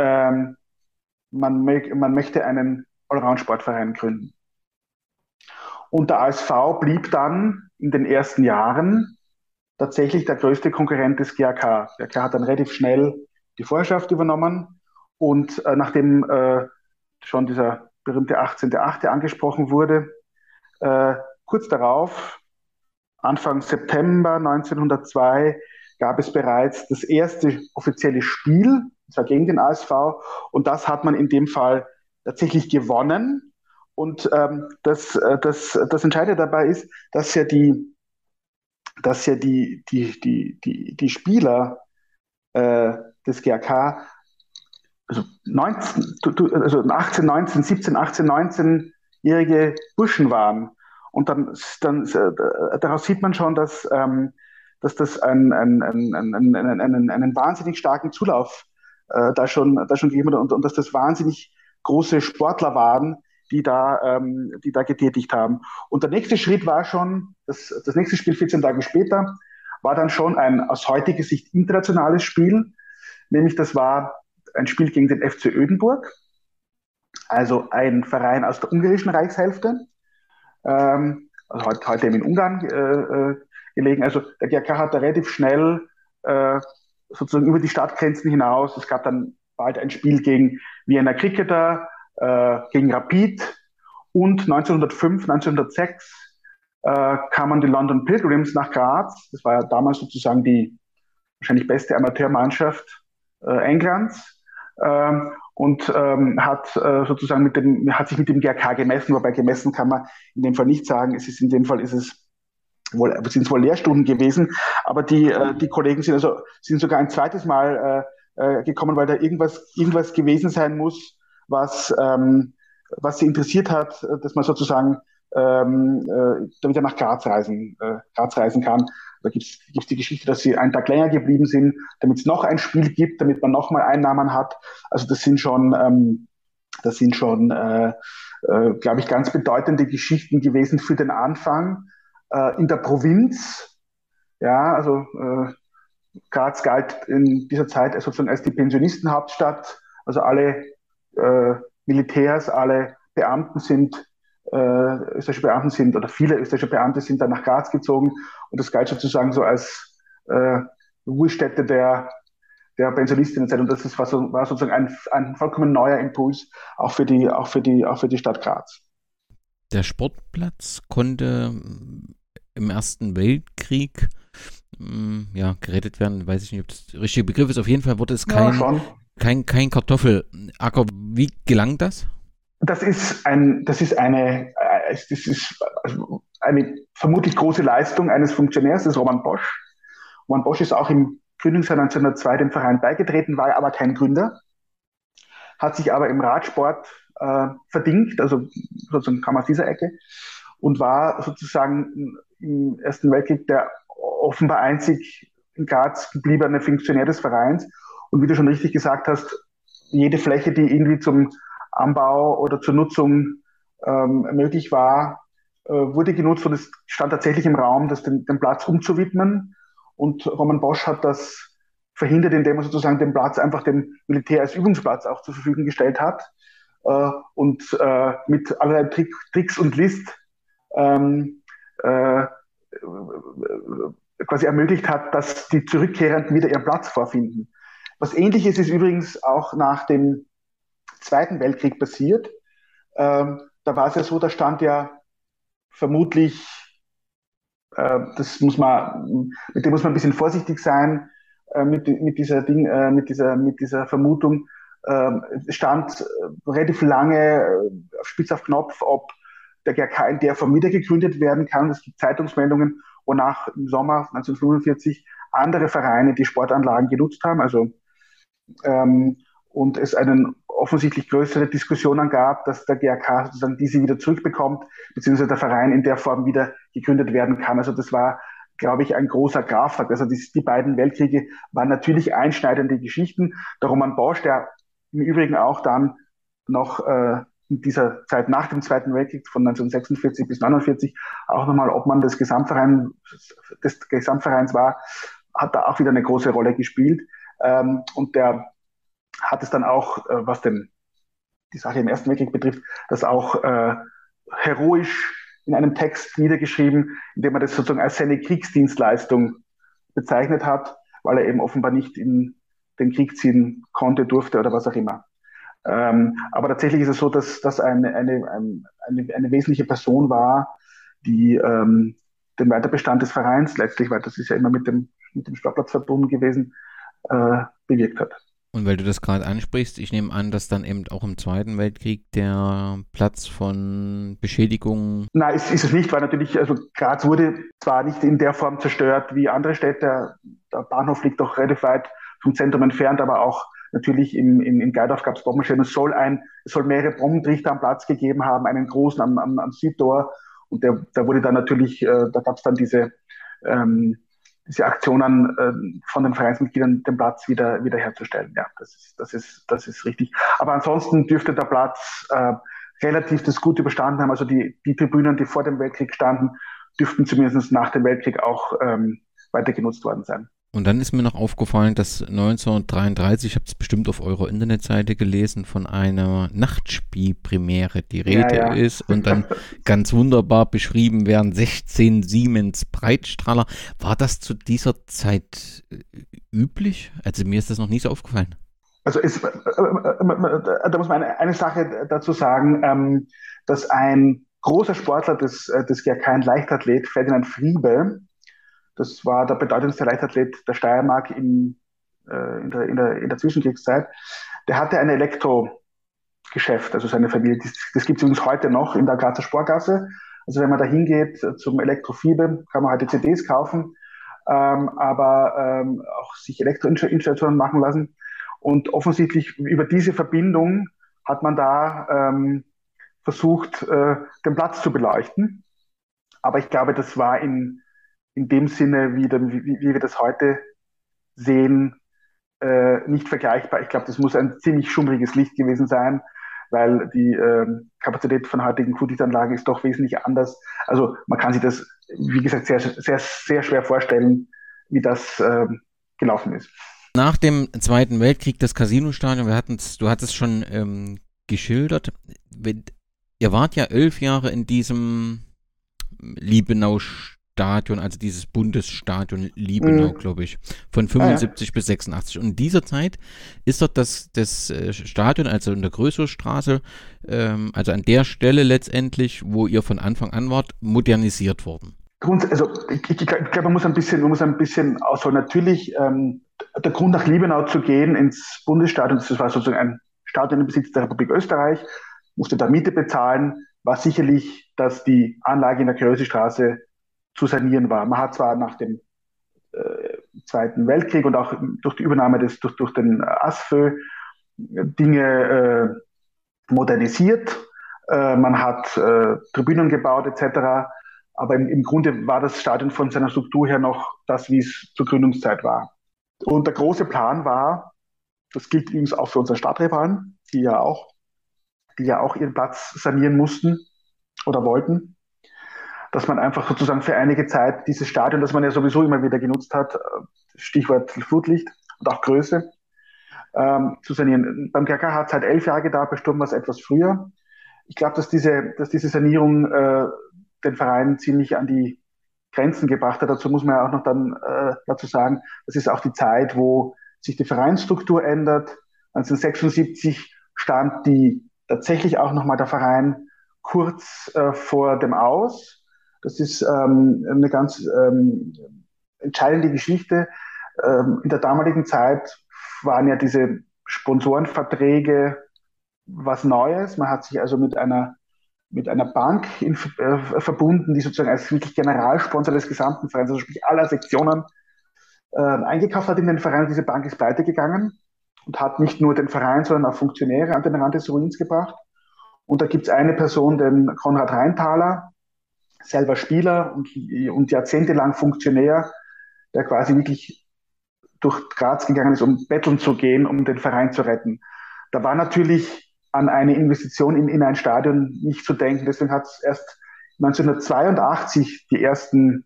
man möchte einen Allround-Sportverein gründen. Und der ASV blieb dann in den ersten Jahren tatsächlich der größte Konkurrent des GAK. Der GAK hat dann relativ schnell die Vorherrschaft übernommen und nachdem schon dieser berühmte 18.8. angesprochen wurde, kurz darauf, Anfang September 1902, gab es bereits das erste offizielle Spiel, und zwar gegen den ASV, und das hat man in dem Fall tatsächlich gewonnen. Und das Entscheidende dabei ist, dass ja die Spieler des GAK, also 19-jährige Burschen waren. Und dann daraus sieht man schon, dass das einen wahnsinnig starken Zulauf da schon gegeben hat und dass das wahnsinnig große Sportler waren, die da getätigt haben. Und der nächste Schritt war schon, das nächste Spiel 14 Tage später, war dann schon ein aus heutiger Sicht internationales Spiel, nämlich das war ein Spiel gegen den FC Ödenburg, also ein Verein aus der ungarischen Reichshälfte, also heute eben in Ungarn gelegen. Also der GAK hat da relativ schnell sozusagen über die Stadtgrenzen hinaus, es gab dann bald ein Spiel gegen Vienna Cricketer, gegen Rapid, und 1905, 1906 kamen die London Pilgrims nach Graz. Das war ja damals sozusagen die wahrscheinlich beste Amateurmannschaft Englands, und hat sich mit dem GAK gemessen, wobei gemessen kann man in dem Fall nicht sagen. In dem Fall sind es wohl Lehrstunden gewesen, aber die Kollegen sind sogar ein zweites Mal gekommen, weil da irgendwas gewesen sein muss, was sie interessiert hat, dass man sozusagen damit er nach Graz reisen kann. Da gibt's die Geschichte, dass sie einen Tag länger geblieben sind, damit es noch ein Spiel gibt, damit man nochmal Einnahmen hat. Also das sind schon, glaube ich, ganz bedeutende Geschichten gewesen für den Anfang in der Provinz. Ja, also Graz galt in dieser Zeit sozusagen als die Pensionistenhauptstadt. Also alle Militärs, alle österreichische Beamten sind, oder viele österreichische Beamte sind dann nach Graz gezogen, und das galt sozusagen so als Ruhestätte der Pensionistennenzeit, und das war sozusagen ein vollkommen neuer Impuls auch für die Stadt Graz. Der Sportplatz konnte im Ersten Weltkrieg gerettet werden, weiß ich nicht, ob das der richtige Begriff ist. Auf jeden Fall wurde es kein Kartoffelacker. Wie gelang das? Das ist eine vermutlich große Leistung eines Funktionärs, des Roman Bosch. Roman Bosch ist auch im Gründungsjahr 1902 dem Verein beigetreten, war aber kein Gründer, hat sich aber im Radsport verdingt, also sozusagen kam aus dieser Ecke, und war sozusagen im Ersten Weltkrieg der offenbar einzig in Graz gebliebene Funktionär des Vereins. Und wie du schon richtig gesagt hast, jede Fläche, die irgendwie zum Anbau oder zur Nutzung möglich war, wurde genutzt, und es stand tatsächlich im Raum, den Platz umzuwidmen. Und Roman Bosch hat das verhindert, indem er sozusagen den Platz einfach dem Militär als Übungsplatz auch zur Verfügung gestellt hat und mit allerlei Tricks und List quasi ermöglicht hat, dass die Zurückkehrenden wieder ihren Platz vorfinden. Was Ähnliches ist übrigens auch nach dem Zweiten Weltkrieg passiert. Da war es ja so, da stand ja vermutlich, mit dem muss man ein bisschen vorsichtig sein, mit dieser Vermutung stand relativ lange spitz auf Knopf, ob der GRK in der Form wieder gegründet werden kann. Es gibt Zeitungsmeldungen, wonach im Sommer 1945 andere Vereine die Sportanlagen genutzt haben. Und es einen offensichtlich größere Diskussionen gab, dass der GRK sozusagen diese wieder zurückbekommt, beziehungsweise der Verein in der Form wieder gegründet werden kann. Also das war, glaube ich, ein großer Kraftakt. Also die beiden Weltkriege waren natürlich einschneidende Geschichten. Der Roman Bosch, der im Übrigen auch dann noch in dieser Zeit nach dem Zweiten Weltkrieg von 1946 bis 1949 auch nochmal Obmann des Gesamtvereins war, hat da auch wieder eine große Rolle gespielt. Und der hat es dann auch, was die Sache im Ersten Weltkrieg betrifft, das auch heroisch in einem Text niedergeschrieben, in dem er das sozusagen als seine Kriegsdienstleistung bezeichnet hat, weil er eben offenbar nicht in den Krieg ziehen konnte, durfte oder was auch immer. Aber tatsächlich ist es so, dass das eine wesentliche Person war, die den Weiterbestand des Vereins letztlich, weil das ist ja immer mit dem Sportplatz verbunden gewesen, bewirkt hat. Und weil du das gerade ansprichst, ich nehme an, dass dann eben auch im Zweiten Weltkrieg der Platz von Beschädigungen... Nein, ist es nicht, weil natürlich, also Graz wurde zwar nicht in der Form zerstört wie andere Städte, der Bahnhof liegt doch relativ weit vom Zentrum entfernt, aber auch natürlich in Geidorf gab es Bombenschäden. Es soll mehrere Bombentrichter am Platz gegeben haben, einen großen am Südtor, und da wurde dann natürlich, da gab es dann diese Aktionen von den Vereinsmitgliedern, den Platz wieder herzustellen. Ja, das ist richtig. Aber ansonsten dürfte der Platz relativ das gut überstanden haben. Also die Tribünen, die vor dem Weltkrieg standen, dürften zumindest nach dem Weltkrieg auch weiter genutzt worden sein. Und dann ist mir noch aufgefallen, dass 1933, ich habe es bestimmt auf eurer Internetseite gelesen, von einer Nachtspielpremiere die Rede ist und dann ganz wunderbar beschrieben werden, 16 Siemens Breitstrahler. War das zu dieser Zeit üblich? Also mir ist das noch nie so aufgefallen. Also da muss man eine Sache dazu sagen, dass ein großer Sportler des GRK, ein Leichtathlet, Ferdinand Friebe, das war der bedeutendste Leichtathlet der Steiermark in der Zwischenkriegszeit. Der hatte ein Elektrogeschäft, also seine Familie. Das gibt es übrigens heute noch in der Grazer Sportgasse. Also wenn man da hingeht zum Elektrofiebe, kann man heute CDs kaufen, aber auch sich Elektroinstallationen machen lassen. Und offensichtlich über diese Verbindung hat man da versucht, den Platz zu beleuchten. Aber ich glaube, das war in dem Sinne, wie wir das heute sehen, nicht vergleichbar. Ich glaube, das muss ein ziemlich schummriges Licht gewesen sein, weil die Kapazität von heutigen Flutlichtanlagen ist doch wesentlich anders. Also man kann sich das, wie gesagt, sehr, sehr, sehr schwer vorstellen, wie das gelaufen ist. Nach dem Zweiten Weltkrieg das Casinostadion, du hattest schon geschildert, ihr wart ja 11 Jahre in diesem Liebenau-Stadion, also dieses Bundesstadion Liebenau, glaube ich, von 75 bis 86. Und in dieser Zeit ist dort das Stadion, also in der Größerstraße, also an der Stelle letztendlich, wo ihr von Anfang an wart, modernisiert worden. Also ich glaube, man muss ein bisschen ausholen. Natürlich, der Grund nach Liebenau zu gehen ins Bundesstadion, das war sozusagen ein Stadion im Besitz der Republik Österreich, musste da Miete bezahlen, war sicherlich, dass die Anlage in der Krösestraße zu sanieren war. Man hat zwar nach dem Zweiten Weltkrieg und auch durch die Übernahme durch den ASFÖ Dinge modernisiert, man hat Tribünen gebaut etc., aber im Grunde war das Stadion von seiner Struktur her noch das, wie es zur Gründungszeit war. Und der große Plan war, das gilt übrigens auch für unsere Stadtrivalen, die ja auch ihren Platz sanieren mussten oder wollten, dass man einfach sozusagen für einige Zeit dieses Stadion, das man ja sowieso immer wieder genutzt hat, Stichwort Flutlicht und auch Größe, zu sanieren. Beim GRK hat es halt 11 Jahre gedauert, bei Sturm war es etwas früher. Ich glaube, dass diese Sanierung den Verein ziemlich an die Grenzen gebracht hat. Dazu muss man ja auch noch dann dazu sagen, das ist auch die Zeit, wo sich die Vereinsstruktur ändert. 1976 stand tatsächlich auch nochmal der Verein kurz vor dem Aus. Das ist eine ganz entscheidende Geschichte, in der damaligen Zeit waren ja diese Sponsorenverträge was Neues. Man hat sich also mit einer Bank verbunden, die sozusagen als wirklich Generalsponsor des gesamten Vereins, also sprich aller Sektionen, eingekauft hat in den Verein. Diese Bank ist pleite gegangen und hat nicht nur den Verein, sondern auch Funktionäre an den Rand des Ruins gebracht. Und da gibt es eine Person, den Konrad Reintaler, selber Spieler und jahrzehntelang Funktionär, der quasi wirklich durch Graz gegangen ist, um betteln zu gehen, um den Verein zu retten. Da war natürlich an eine Investition in ein Stadion nicht zu denken. Deswegen hat es erst 1982 die ersten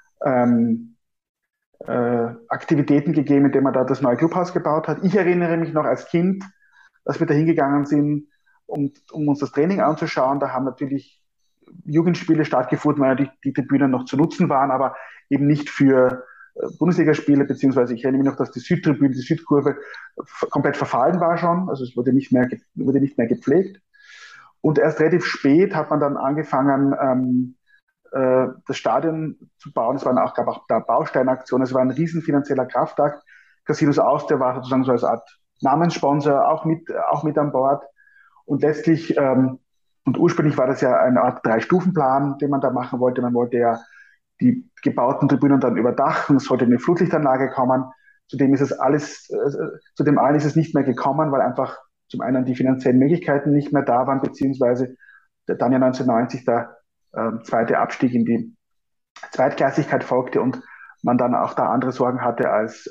Aktivitäten gegeben, indem man da das neue Clubhaus gebaut hat. Ich erinnere mich noch als Kind, dass wir da hingegangen sind, um uns das Training anzuschauen. Da haben natürlich Jugendspiele stattgefunden, weil die Tribünen noch zu nutzen waren, aber eben nicht für Bundesligaspiele, beziehungsweise ich erinnere mich noch, dass die Südtribüne, die Südkurve komplett verfallen war schon, also es wurde nicht mehr gepflegt. Und erst relativ spät hat man dann angefangen, das Stadion zu bauen. Es gab auch da Bausteinaktionen, es war ein riesen finanzieller Kraftakt. Casinos Austria war sozusagen so als Art Namenssponsor auch mit an Bord. Und letztlich, und ursprünglich war das ja eine Art 3-Stufen-Plan, den man da machen wollte. Man wollte ja die gebauten Tribünen dann überdachen, es sollte eine Flutlichtanlage kommen. Zu dem allen ist es nicht mehr gekommen, weil einfach zum einen die finanziellen Möglichkeiten nicht mehr da waren, beziehungsweise dann ja 1990 der zweite Abstieg in die Zweitklassigkeit folgte und man dann auch da andere Sorgen hatte, als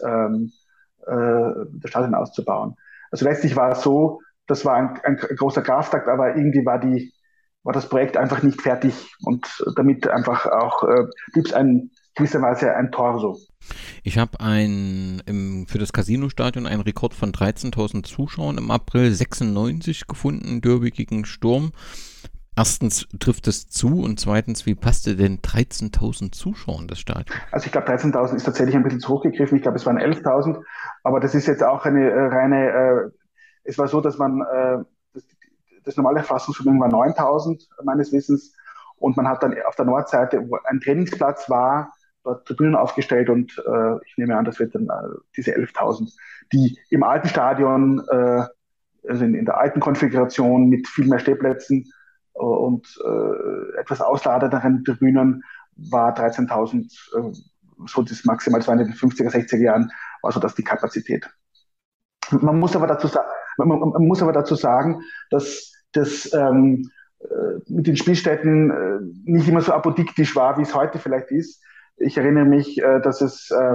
das Stadion auszubauen. Also letztlich war es so, das war ein großer Kraftakt, aber irgendwie war das Projekt einfach nicht fertig und damit einfach auch blieb es gewisserweise ein Torso. Ich habe für das Casino-Stadion einen Rekord von 13.000 Zuschauern im April 96 gefunden, Derby gegen Sturm. Erstens, trifft es zu und zweitens, wie passte denn 13.000 Zuschauer in das Stadion? Also ich glaube, 13.000 ist tatsächlich ein bisschen zu hoch gegriffen. Ich glaube, es waren 11.000, aber das ist jetzt auch eine reine, es war so, dass man, das normale Fassungsvermögen war 9.000 meines Wissens und man hat dann auf der Nordseite, wo ein Trainingsplatz war, dort Tribünen aufgestellt und ich nehme an, das wird dann diese 11.000, die im alten Stadion, also in der alten Konfiguration mit viel mehr Stehplätzen und etwas ausladenderen Tribünen war 13.000 so das maximal, das war in den 50er, 60er Jahren, war so das die Kapazität. Man muss aber dazu sagen, dass das mit den Spielstätten nicht immer so apodiktisch war, wie es heute vielleicht ist. Ich erinnere mich, dass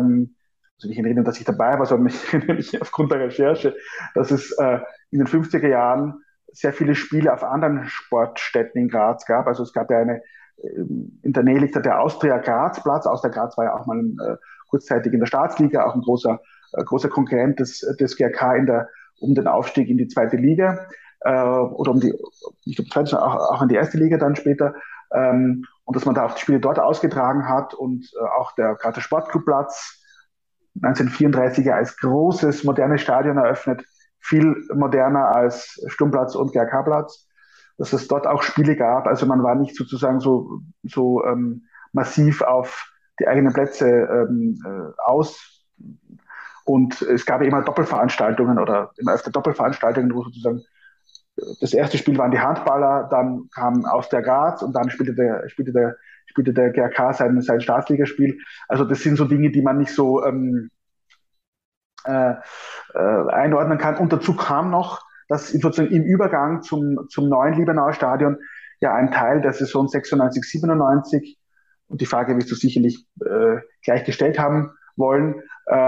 ich dabei war, sondern ich erinnere mich aufgrund der Recherche, dass es in den 50er Jahren sehr viele Spiele auf anderen Sportstätten in Graz gab. Also es gab ja in der Nähe liegt der Austria Graz-Platz. Austria Graz war ja auch mal kurzzeitig in der Staatsliga, auch ein großer Konkurrent des GRK um den Aufstieg in die zweite Liga oder nicht um die zweite, sondern auch in die erste Liga dann später. Und dass man da auch die Spiele dort ausgetragen hat und auch der Grazer Sportclubplatz 1934 als großes, modernes Stadion eröffnet, viel moderner als Sturmplatz und GRK-Platz, dass es dort auch Spiele gab. Also man war nicht sozusagen so massiv auf die eigenen Plätze aus. Und es gab immer Doppelveranstaltungen oder immer öfter Doppelveranstaltungen, wo sozusagen das erste Spiel waren die Handballer, dann kam Austria Graz und dann spielte der GRK sein Staatsligaspiel. Also das sind so Dinge, die man nicht so einordnen kann. Und dazu kam noch, dass sozusagen im Übergang zum neuen Liebenauer Stadion ja ein Teil der Saison 96, 97, und die Frage wirst du sicherlich gleich gestellt haben wollen,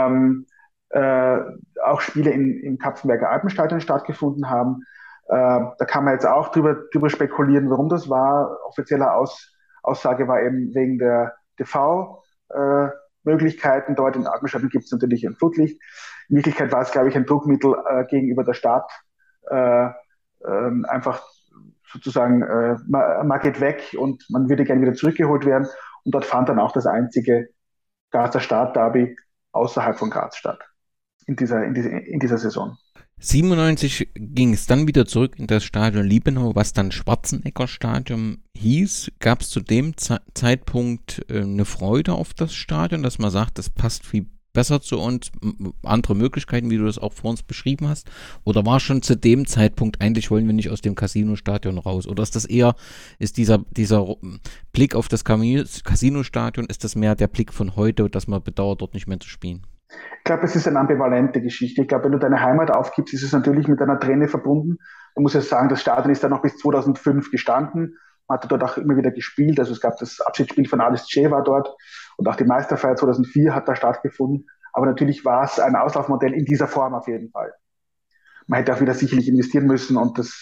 auch Spiele im Kapfenberger Alpenstadion stattgefunden haben. Da kann man jetzt auch drüber spekulieren, warum das war. Offizielle Aussage war eben wegen der TV-Möglichkeiten. Dort in Alpenstadion gibt es natürlich ein Flutlicht. In Wirklichkeit war es, glaube ich, ein Druckmittel gegenüber der Stadt. Einfach sozusagen, man geht weg und man würde gerne wieder zurückgeholt werden. Und dort fand dann auch das einzige Grazer Stadtderby außerhalb von Graz statt in dieser Saison. 97 ging es dann wieder zurück in das Stadion Liebenau, was dann Schwarzenegger-Stadion hieß. Gab es zu dem Zeitpunkt eine Freude auf das Stadion, dass man sagt, das passt wie besser zu uns, andere Möglichkeiten, wie du das auch vor uns beschrieben hast? Oder war schon zu dem Zeitpunkt, eigentlich wollen wir nicht aus dem Casino-Stadion raus? Oder ist das eher, ist dieser Blick auf das Casino-Stadion, ist das mehr der Blick von heute, dass man bedauert, dort nicht mehr zu spielen? Ich glaube, es ist eine ambivalente Geschichte. Ich glaube, wenn du deine Heimat aufgibst, ist es natürlich mit einer Träne verbunden. Man muss ja sagen, das Stadion ist dann noch bis 2005 gestanden. Man hatte dort auch immer wieder gespielt. Also es gab das Abschiedsspiel von Alice Che war dort und auch die Meisterfeier 2004 hat da stattgefunden. Aber natürlich war es ein Auslaufmodell in dieser Form auf jeden Fall. Man hätte auch wieder sicherlich investieren müssen und das,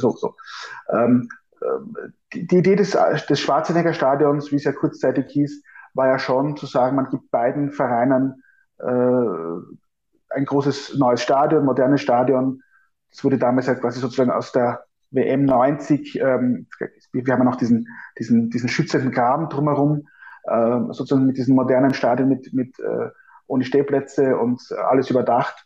die Idee des Schwarzenegger Stadions, wie es ja kurzzeitig hieß, war ja schon zu sagen, man gibt beiden Vereinen ein großes neues Stadion, modernes Stadion. Das wurde damals halt quasi sozusagen aus der WM 90, wir haben ja noch diesen schützenden Graben drumherum, sozusagen mit diesem modernen Stadion mit ohne Stehplätze und alles überdacht.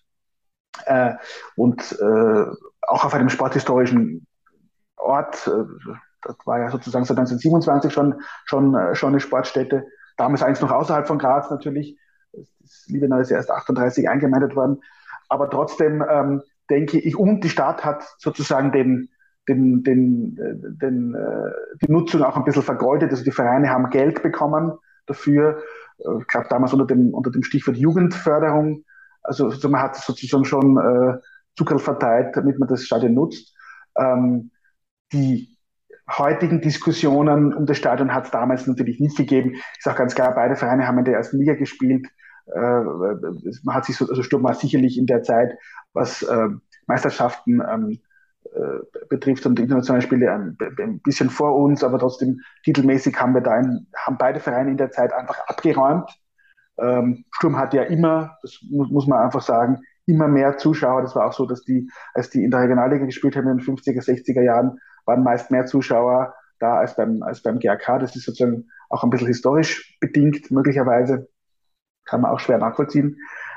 Und auch auf einem sporthistorischen Ort, das war ja sozusagen seit 1927 schon eine Sportstätte, damals eigentlich noch außerhalb von Graz natürlich. Das Liebenau ist erst 38 eingemeindet worden. Aber trotzdem denke ich, und die Stadt hat sozusagen die Nutzung auch ein bisschen vergeudet. Also die Vereine haben Geld bekommen dafür. Ich glaube, damals unter dem Stichwort Jugendförderung. Also man hat sozusagen schon Zuckerl verteilt, damit man das Stadion nutzt. Die heutigen Diskussionen um das Stadion hat es damals natürlich nicht gegeben. Ist auch ganz klar, beide Vereine haben in der ersten Liga gespielt. Man hat sich also Sturm war sicherlich in der Zeit, was Meisterschaften betrifft und internationale Spiele ein bisschen vor uns, aber trotzdem titelmäßig haben beide Vereine in der Zeit einfach abgeräumt. Sturm hat ja immer, das muss man einfach sagen, immer mehr Zuschauer. Das war auch so, dass als die in der Regionalliga gespielt haben in den 50er, 60er Jahren, waren meist mehr Zuschauer da als beim GRK. Das ist sozusagen auch ein bisschen historisch bedingt, möglicherweise. Kann man auch schwer nachvollziehen.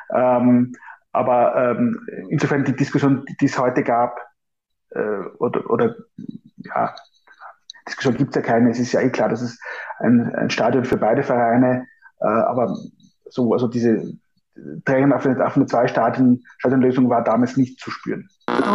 Aber insofern die Diskussion, die es heute gab, Diskussion gibt es ja keine. Es ist ja eh klar, das ist ein Stadion für beide Vereine. Aber so, also diese Drängen auf eine Zwei-Stadionlösung war damals nicht zu spüren.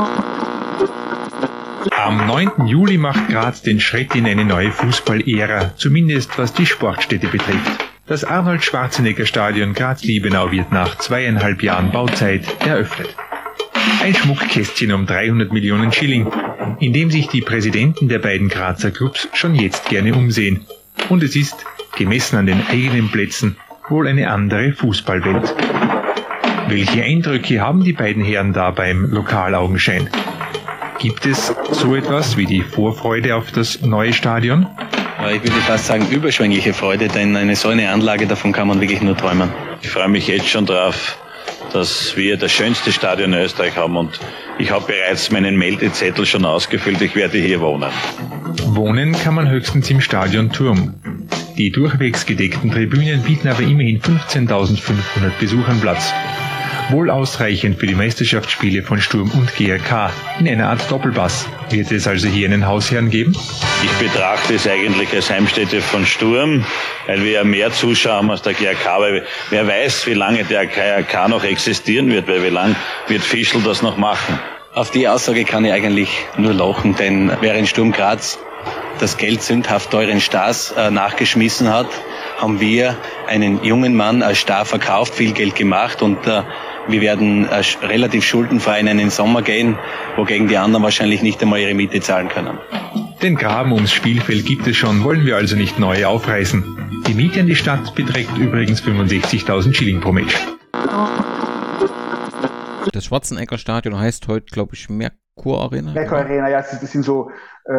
Am 9. Juli macht Graz den Schritt in eine neue Fußball-Ära, zumindest was die Sportstätte betrifft. Das Arnold-Schwarzenegger-Stadion Graz-Liebenau wird nach 2,5 Jahren Bauzeit eröffnet. Ein Schmuckkästchen um 300 Millionen Schilling, in dem sich die Präsidenten der beiden Grazer Clubs schon jetzt gerne umsehen. Und es ist, gemessen an den eigenen Plätzen, wohl eine andere Fußballwelt. Welche Eindrücke haben die beiden Herren da beim Lokalaugenschein? Gibt es so etwas wie die Vorfreude auf das neue Stadion? Ich würde fast sagen überschwängliche Freude, denn so eine Anlage, davon kann man wirklich nur träumen. Ich freue mich jetzt schon drauf, dass wir das schönste Stadion in Österreich haben und ich habe bereits meinen Meldezettel schon ausgefüllt, ich werde hier wohnen. Wohnen kann man höchstens im Stadionturm. Die durchwegs gedeckten Tribünen bieten aber immerhin 15.500 Besuchern Platz. Wohl ausreichend für die Meisterschaftsspiele von Sturm und GRK. In einer Art Doppelpass. Wird es also hier einen Hausherrn geben? Ich betrachte es eigentlich als Heimstätte von Sturm, weil wir ja mehr Zuschauer haben als der GRK. Weil wer weiß, wie lange der GRK noch existieren wird, weil wie lange wird Fischl das noch machen? Auf die Aussage kann ich eigentlich nur lachen, denn während Sturm Graz das Geld sündhaft teuren Stars nachgeschmissen hat, haben wir einen jungen Mann als Star verkauft, viel Geld gemacht und wir werden relativ schuldenfrei in einen Sommer gehen, wogegen die anderen wahrscheinlich nicht einmal ihre Miete zahlen können. Den Graben ums Spielfeld gibt es schon, wollen wir also nicht neu aufreißen. Die Miete an die Stadt beträgt übrigens 65.000 Schilling pro Match. Das Schwarzenegger Stadion heißt heute, glaube ich, Merkur Arena. Merkur Arena, ja, das sind so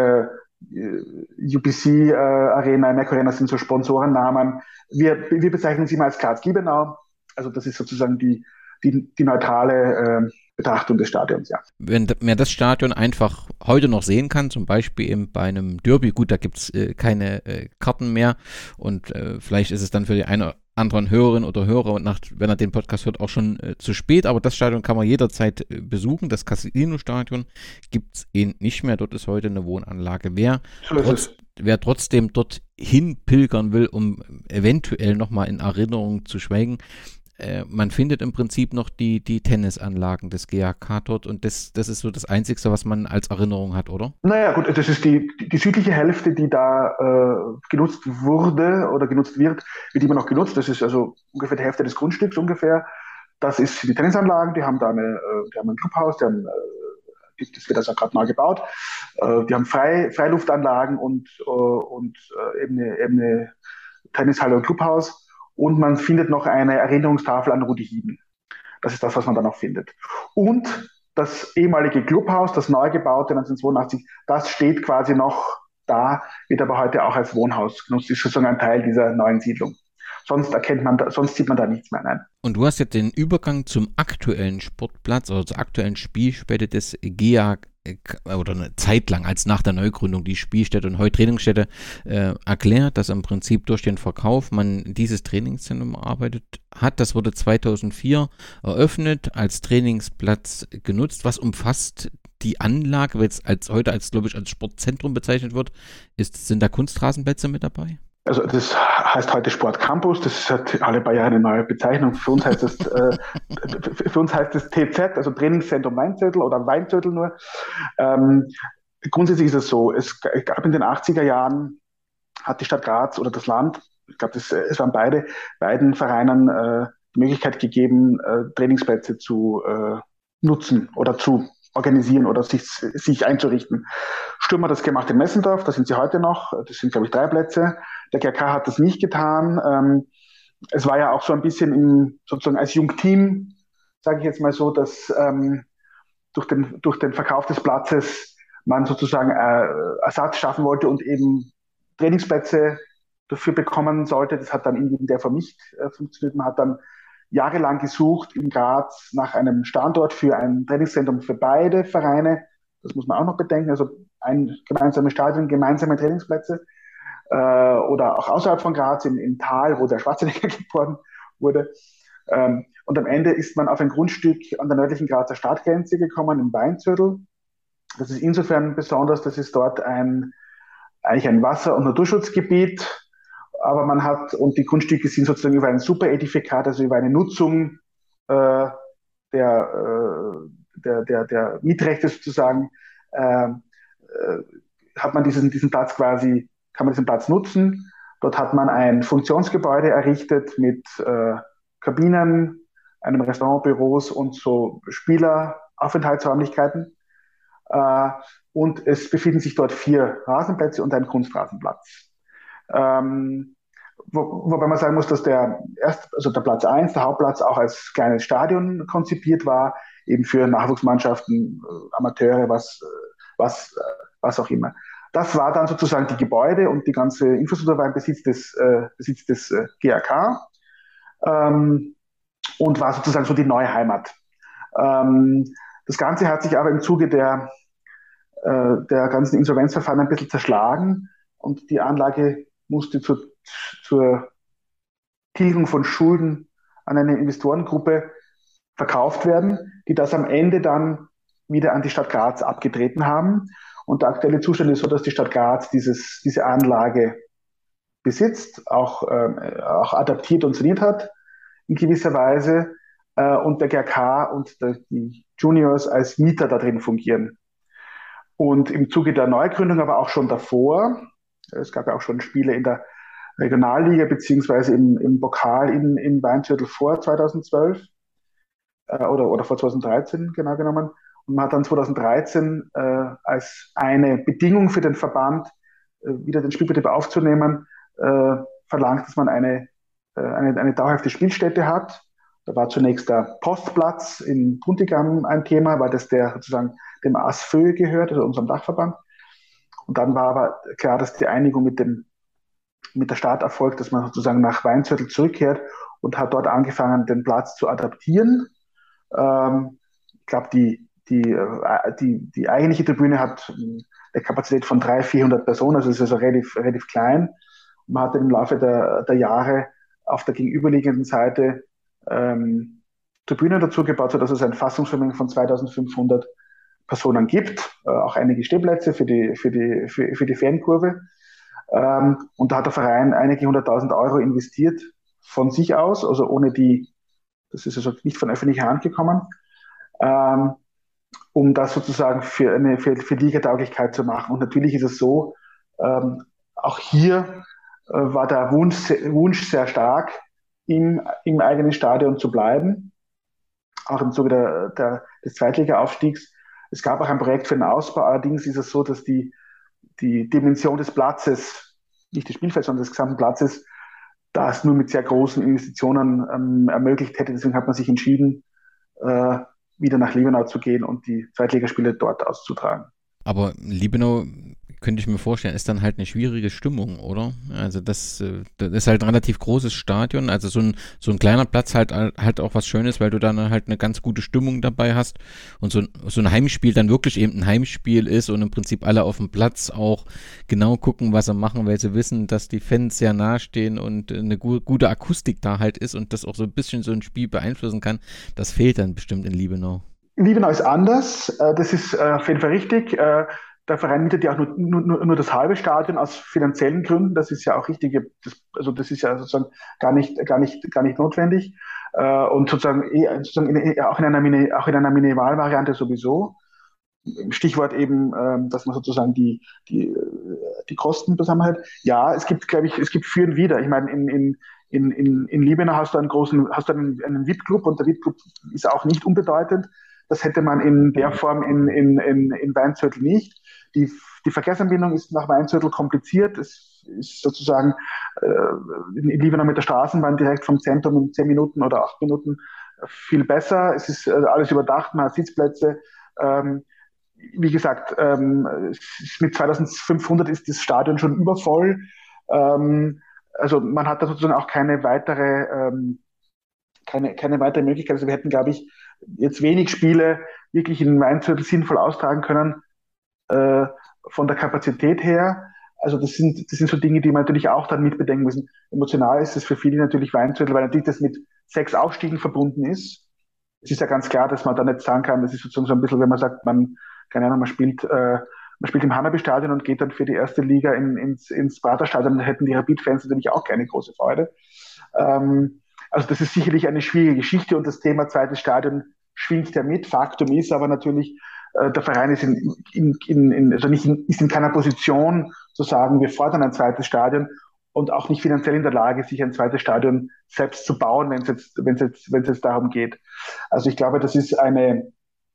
UPC Arena, Merkur Arena sind so Sponsorennamen. Wir bezeichnen sie mal als Graz-Liebenau. Also das ist sozusagen die neutrale Betrachtung des Stadions, ja. Wenn man das Stadion einfach heute noch sehen kann, zum Beispiel eben bei einem Derby, gut, da gibt es keine Karten mehr und vielleicht ist es dann für die eine anderen Hörerinnen oder Hörer, wenn er den Podcast hört, auch schon zu spät, aber das Stadion kann man jederzeit besuchen. Das Casino-Stadion gibt es nicht mehr, dort ist heute eine Wohnanlage. Wer trotzdem dorthin pilgern will, um eventuell nochmal in Erinnerung zu schwelgen, man findet im Prinzip noch die Tennisanlagen des GAK dort und das ist so das Einzige, was man als Erinnerung hat, oder? Naja, gut, das ist die südliche Hälfte, die da genutzt wurde oder genutzt wird immer noch genutzt. Das ist also ungefähr die Hälfte des Grundstücks ungefähr. Das ist die Tennisanlagen, die haben da die haben ein Clubhaus, das wird also gerade neu gebaut. Die haben Freiluftanlagen und eben eine Tennishalle und Clubhaus. Und man findet noch eine Erinnerungstafel an Rudi Hieden. Das ist das, was man da noch findet. Und das ehemalige Clubhaus, das neu gebaute 1982, das steht quasi noch da, wird aber heute auch als Wohnhaus genutzt. Ist sozusagen ein Teil dieser neuen Siedlung. Sonst sieht man da nichts mehr. Nein. Und du hast jetzt den Übergang zum aktuellen Sportplatz oder zur aktuellen Spielstätte des GAK oder eine Zeit lang, als nach der Neugründung die Spielstätte und heute Trainingsstätte erklärt, dass im Prinzip durch den Verkauf man dieses Trainingszentrum erarbeitet hat. Das wurde 2004 eröffnet, als Trainingsplatz genutzt. Was umfasst die Anlage, heute als Sportzentrum bezeichnet wird? Sind da Kunstrasenplätze mit dabei? Also das heißt heute Sportcampus, das hat alle paar Jahre eine neue Bezeichnung. Für uns heißt es TZ, also Trainingszentrum Weinzettel oder Weinzettel nur. Grundsätzlich ist es so, es gab in den 80er Jahren, hat die Stadt Graz oder das Land, ich glaube, es waren beiden Vereinen die Möglichkeit gegeben, Trainingsplätze zu nutzen oder zu organisieren oder sich einzurichten. Sturm hat das gemacht in Messendorf, da sind sie heute noch, das sind, glaube ich, 3 Plätze. Der GRK hat das nicht getan. Es war ja auch so ein bisschen sozusagen als Jungteam, sage ich jetzt mal so, dass durch den Verkauf des Platzes man sozusagen Ersatz schaffen wollte und eben Trainingsplätze dafür bekommen sollte. Das hat dann in der Form nicht funktioniert. Man hat dann jahrelang gesucht in Graz nach einem Standort für ein Trainingszentrum für beide Vereine. Das muss man auch noch bedenken. Also ein gemeinsames Stadion, gemeinsame Trainingsplätze. Oder auch außerhalb von Graz im Tal, wo der Schwarzenegger geboren wurde. Und am Ende ist man auf ein Grundstück an der nördlichen Grazer Stadtgrenze gekommen, im Weinzödel. Das ist insofern besonders, das ist dort eigentlich ein Wasser- und Naturschutzgebiet, aber und die Grundstücke sind sozusagen über ein Superedifikat, also über eine Nutzung der Mietrechte sozusagen, hat man diesen Platz quasi, kann man diesen Platz nutzen. Dort hat man ein Funktionsgebäude errichtet mit Kabinen, einem Restaurant, Büros und so Spieleraufenthaltsräumlichkeiten. Und es befinden sich dort 4 Rasenplätze und ein Kunstrasenplatz. Wobei man sagen muss, dass der Platz 1, der Hauptplatz, auch als kleines Stadion konzipiert war, eben für Nachwuchsmannschaften, Amateure, was auch immer. Das war dann sozusagen die Gebäude und die ganze Infrastruktur war im Besitz des GAK und war sozusagen so die neue Heimat. Das Ganze hat sich aber im Zuge der ganzen Insolvenzverfahren ein bisschen zerschlagen und die Anlage musste zur Tilgung von Schulden an eine Investorengruppe verkauft werden, die das am Ende dann wieder an die Stadt Graz abgetreten haben. Und der aktuelle Zustand ist so, dass die Stadt Graz diese Anlage besitzt, auch adaptiert und saniert hat in gewisser Weise und der GRK und die Juniors als Mieter da drin fungieren. Und im Zuge der Neugründung, aber auch schon davor, es gab ja auch schon Spiele in der Regionalliga beziehungsweise im Pokal in Weinzödel vor 2012 oder vor 2013 genau genommen. Und man hat dann 2013 als eine Bedingung für den Verband, wieder den Spielbetrieb aufzunehmen, verlangt, dass man eine dauerhafte Spielstätte hat. Da war zunächst der Postplatz in Puntigam ein Thema, weil das der sozusagen dem ASFÖ gehört, also unserem Dachverband. Und dann war aber klar, dass die Einigung mit der Stadt erfolgt, dass man sozusagen nach Weinzödel zurückkehrt und hat dort angefangen, den Platz zu adaptieren. Ich glaube, die eigentliche Tribüne hat eine Kapazität von 300-400 Personen, also es ist also relativ klein. Und man hat im Laufe der Jahre auf der gegenüberliegenden Seite Tribünen dazu gebaut, sodass es ein Fassungsvermögen von 2500 Personen gibt, auch einige Stehplätze für die Fankurve. Und da hat der Verein einige 100.000 Euro investiert von sich aus, also ohne die Das ist also nicht von öffentlicher Hand gekommen, um das sozusagen für Ligatauglichkeit zu machen. Und natürlich ist es so, auch hier war der Wunsch sehr stark, im eigenen Stadion zu bleiben, auch im Zuge des Zweitliga-Aufstiegs. Es gab auch ein Projekt für den Ausbau, allerdings ist es so, dass die Dimension des Platzes, nicht des Spielfelds, sondern des gesamten Platzes, das nur mit sehr großen Investitionen ermöglicht hätte. Deswegen hat man sich entschieden, wieder nach Liebenau zu gehen und die Zweitligaspiele dort auszutragen. Aber Liebenau, könnte ich mir vorstellen, ist dann halt eine schwierige Stimmung, oder? Also das ist halt ein relativ großes Stadion, also so ein kleiner Platz halt auch was Schönes, weil du dann halt eine ganz gute Stimmung dabei hast und so ein Heimspiel dann wirklich eben ein Heimspiel ist und im Prinzip alle auf dem Platz auch genau gucken, was sie machen, weil sie wissen, dass die Fans sehr nahe stehen und eine gute Akustik da halt ist und das auch so ein bisschen so ein Spiel beeinflussen kann. Das fehlt dann bestimmt in Liebenau. Liebenau ist anders, das ist auf jeden Fall richtig. Der Verein mietet ja auch nur das halbe Stadion aus finanziellen Gründen. Das ist ja auch richtig. Das ist ja sozusagen gar nicht notwendig. Und sozusagen auch in einer Minimalvariante sowieso. Stichwort eben, dass man sozusagen die Kosten zusammenhält. Ja, es gibt für und wider. Ich meine, in Liebenau hast du einen VIP-Club und der VIP-Club ist auch nicht unbedeutend. Das hätte man in der Form in Weinzürtel nicht. Die Verkehrsanbindung ist nach Weinzürtel kompliziert. Es ist sozusagen in Liebenau mit der Straßenbahn direkt vom Zentrum in 10 Minuten oder 8 Minuten viel besser. Es ist alles überdacht, man hat Sitzplätze. Wie gesagt, mit 2500 ist das Stadion schon übervoll. Also man hat da sozusagen auch keine weitere Möglichkeit. Also wir hätten, glaube ich, jetzt wenig Spiele wirklich in Weinzürtel sinnvoll austragen können, von der Kapazität her. Also das sind so Dinge, die man natürlich auch dann mitbedenken müssen. Emotional ist es für viele natürlich Weinzürtel, weil natürlich das mit 6 Aufstiegen verbunden ist. Es ist ja ganz klar, dass man da nicht sagen kann, das ist sozusagen so ein bisschen, wenn man sagt, man spielt im Hanabi-Stadion und geht dann für die erste Liga ins Praterstadion, dann hätten die Rapid-Fans natürlich auch keine große Freude. Also das ist sicherlich eine schwierige Geschichte und das Thema zweites Stadion schwingt ja mit. Faktum ist aber natürlich, der Verein ist in keiner Position zu sagen, wir fordern ein zweites Stadion und auch nicht finanziell in der Lage, sich ein zweites Stadion selbst zu bauen, wenn es jetzt darum geht. Also ich glaube, das ist eine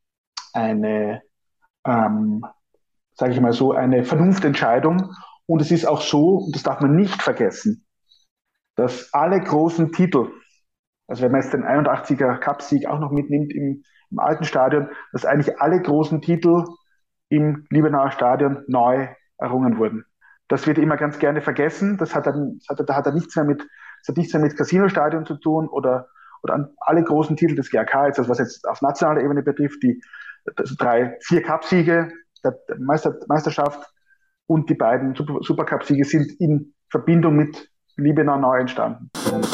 sage ich mal so, eine Vernunftentscheidung und es ist auch so, und das darf man nicht vergessen, dass alle großen Titel, also wenn man jetzt den 81er Cup-Sieg auch noch mitnimmt im alten Stadion, dass eigentlich alle großen Titel im Liebenauer Stadion neu errungen wurden. Das wird immer ganz gerne vergessen. Das hat nichts mehr mit Casino-Stadion zu tun oder an alle großen Titel des GAK, also was jetzt auf nationaler Ebene betrifft, also 4 Cup-Siege der Meisterschaft und die beiden Supercup-Siege sind in Verbindung mit Liebenau neu entstanden.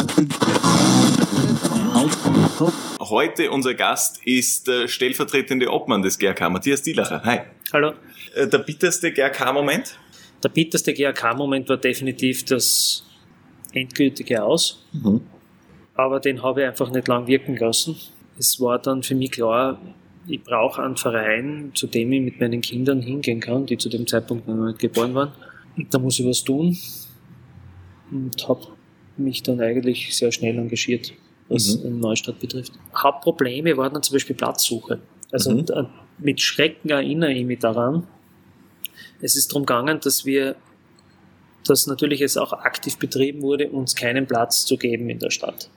Heute unser Gast ist der stellvertretende Obmann des GAK, Matthias Dillacher. Hi. Hallo. Der bitterste GAK-Moment? Der bitterste GAK-Moment war definitiv das endgültige Aus. Mhm. Aber den habe ich einfach nicht lang wirken lassen. Es war dann für mich klar, ich brauche einen Verein, zu dem ich mit meinen Kindern hingehen kann, die zu dem Zeitpunkt noch nicht geboren waren. Und da muss ich was tun. Und habe mich dann eigentlich sehr schnell engagiert, was einen Neustart betrifft. Hauptprobleme waren dann zum Beispiel Platzsuche. Also mit Schrecken erinnere ich mich daran. Es ist darum gegangen, dass natürlich es auch aktiv betrieben wurde, uns keinen Platz zu geben in der Stadt.